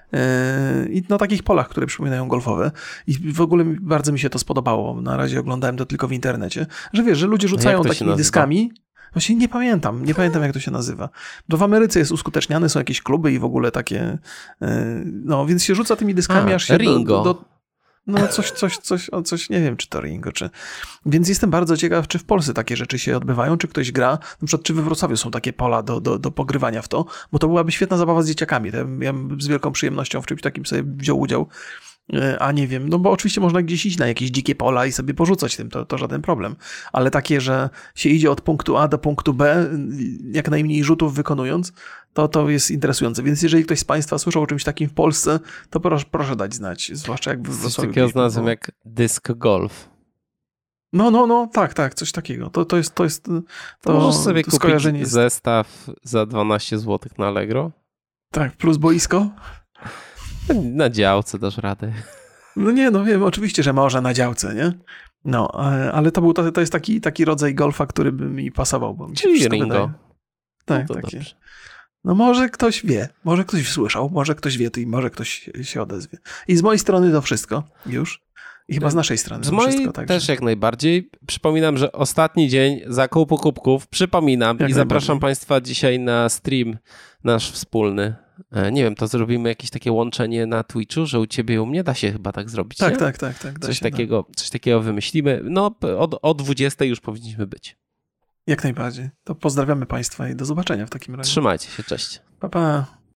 I na takich polach, które przypominają golfowe. I w ogóle bardzo mi się to spodobało. Na razie oglądałem to tylko w internecie, że wiesz, że ludzie rzucają takimi dyskami. Właśnie nie pamiętam, nie pamiętam jak to się nazywa. Bo w Ameryce jest uskuteczniane, są jakieś kluby i w ogóle takie, no więc się rzuca tymi dyskami, A, aż się Ringo. Do, do, no coś, coś, coś, coś, nie wiem czy to Ringo, czy... Więc jestem bardzo ciekaw, czy w Polsce takie rzeczy się odbywają, czy ktoś gra, na przykład czy we Wrocławiu są takie pola do, do, do pogrywania w to, bo to byłaby świetna zabawa z dzieciakami. Ja bym z wielką przyjemnością w czymś takim sobie wziął udział. A nie wiem, no bo oczywiście można gdzieś iść na jakieś dzikie pola i sobie porzucać tym, to, to żaden problem. Ale takie, że się idzie od punktu A do punktu B, jak najmniej rzutów wykonując, to to jest interesujące. Więc jeżeli ktoś z Państwa słyszał o czymś takim w Polsce, to proszę, proszę dać znać, zwłaszcza jak w Wrocławiu. Coś takiego znalazłem jak disc golf. No, no, no, tak, tak, coś takiego. To, to jest, to jest, to, to możesz sobie to kupić jest... zestaw za dwanaście złotych na Allegro. Tak, plus boisko. Na działce dasz radę. No nie, no wiem, oczywiście, że może na działce, nie? No, ale to był to, to jest taki, taki rodzaj golfa, który by mi pasował, bo mi się Czyli Ringo. Wydaje. Tak, no takie. Dobrze. No może ktoś wie, może ktoś słyszał, może ktoś wie to i może ktoś się odezwie. I z mojej strony to wszystko już. I chyba z naszej strony. Z mojej wszystko, też jak najbardziej. Przypominam, że ostatni dzień zakupu kubków. Przypominam jak i zapraszam Państwa dzisiaj na stream nasz wspólny. Nie wiem, to zrobimy jakieś takie łączenie na Twitchu, że u Ciebie i u mnie da się chyba tak zrobić. Tak, nie? tak, tak, tak. Coś, się, takiego, da. coś takiego wymyślimy. No od, o dwudziestej już powinniśmy być. Jak najbardziej. To pozdrawiamy Państwa i do zobaczenia w takim razie. Trzymajcie się, cześć. Pa, pa.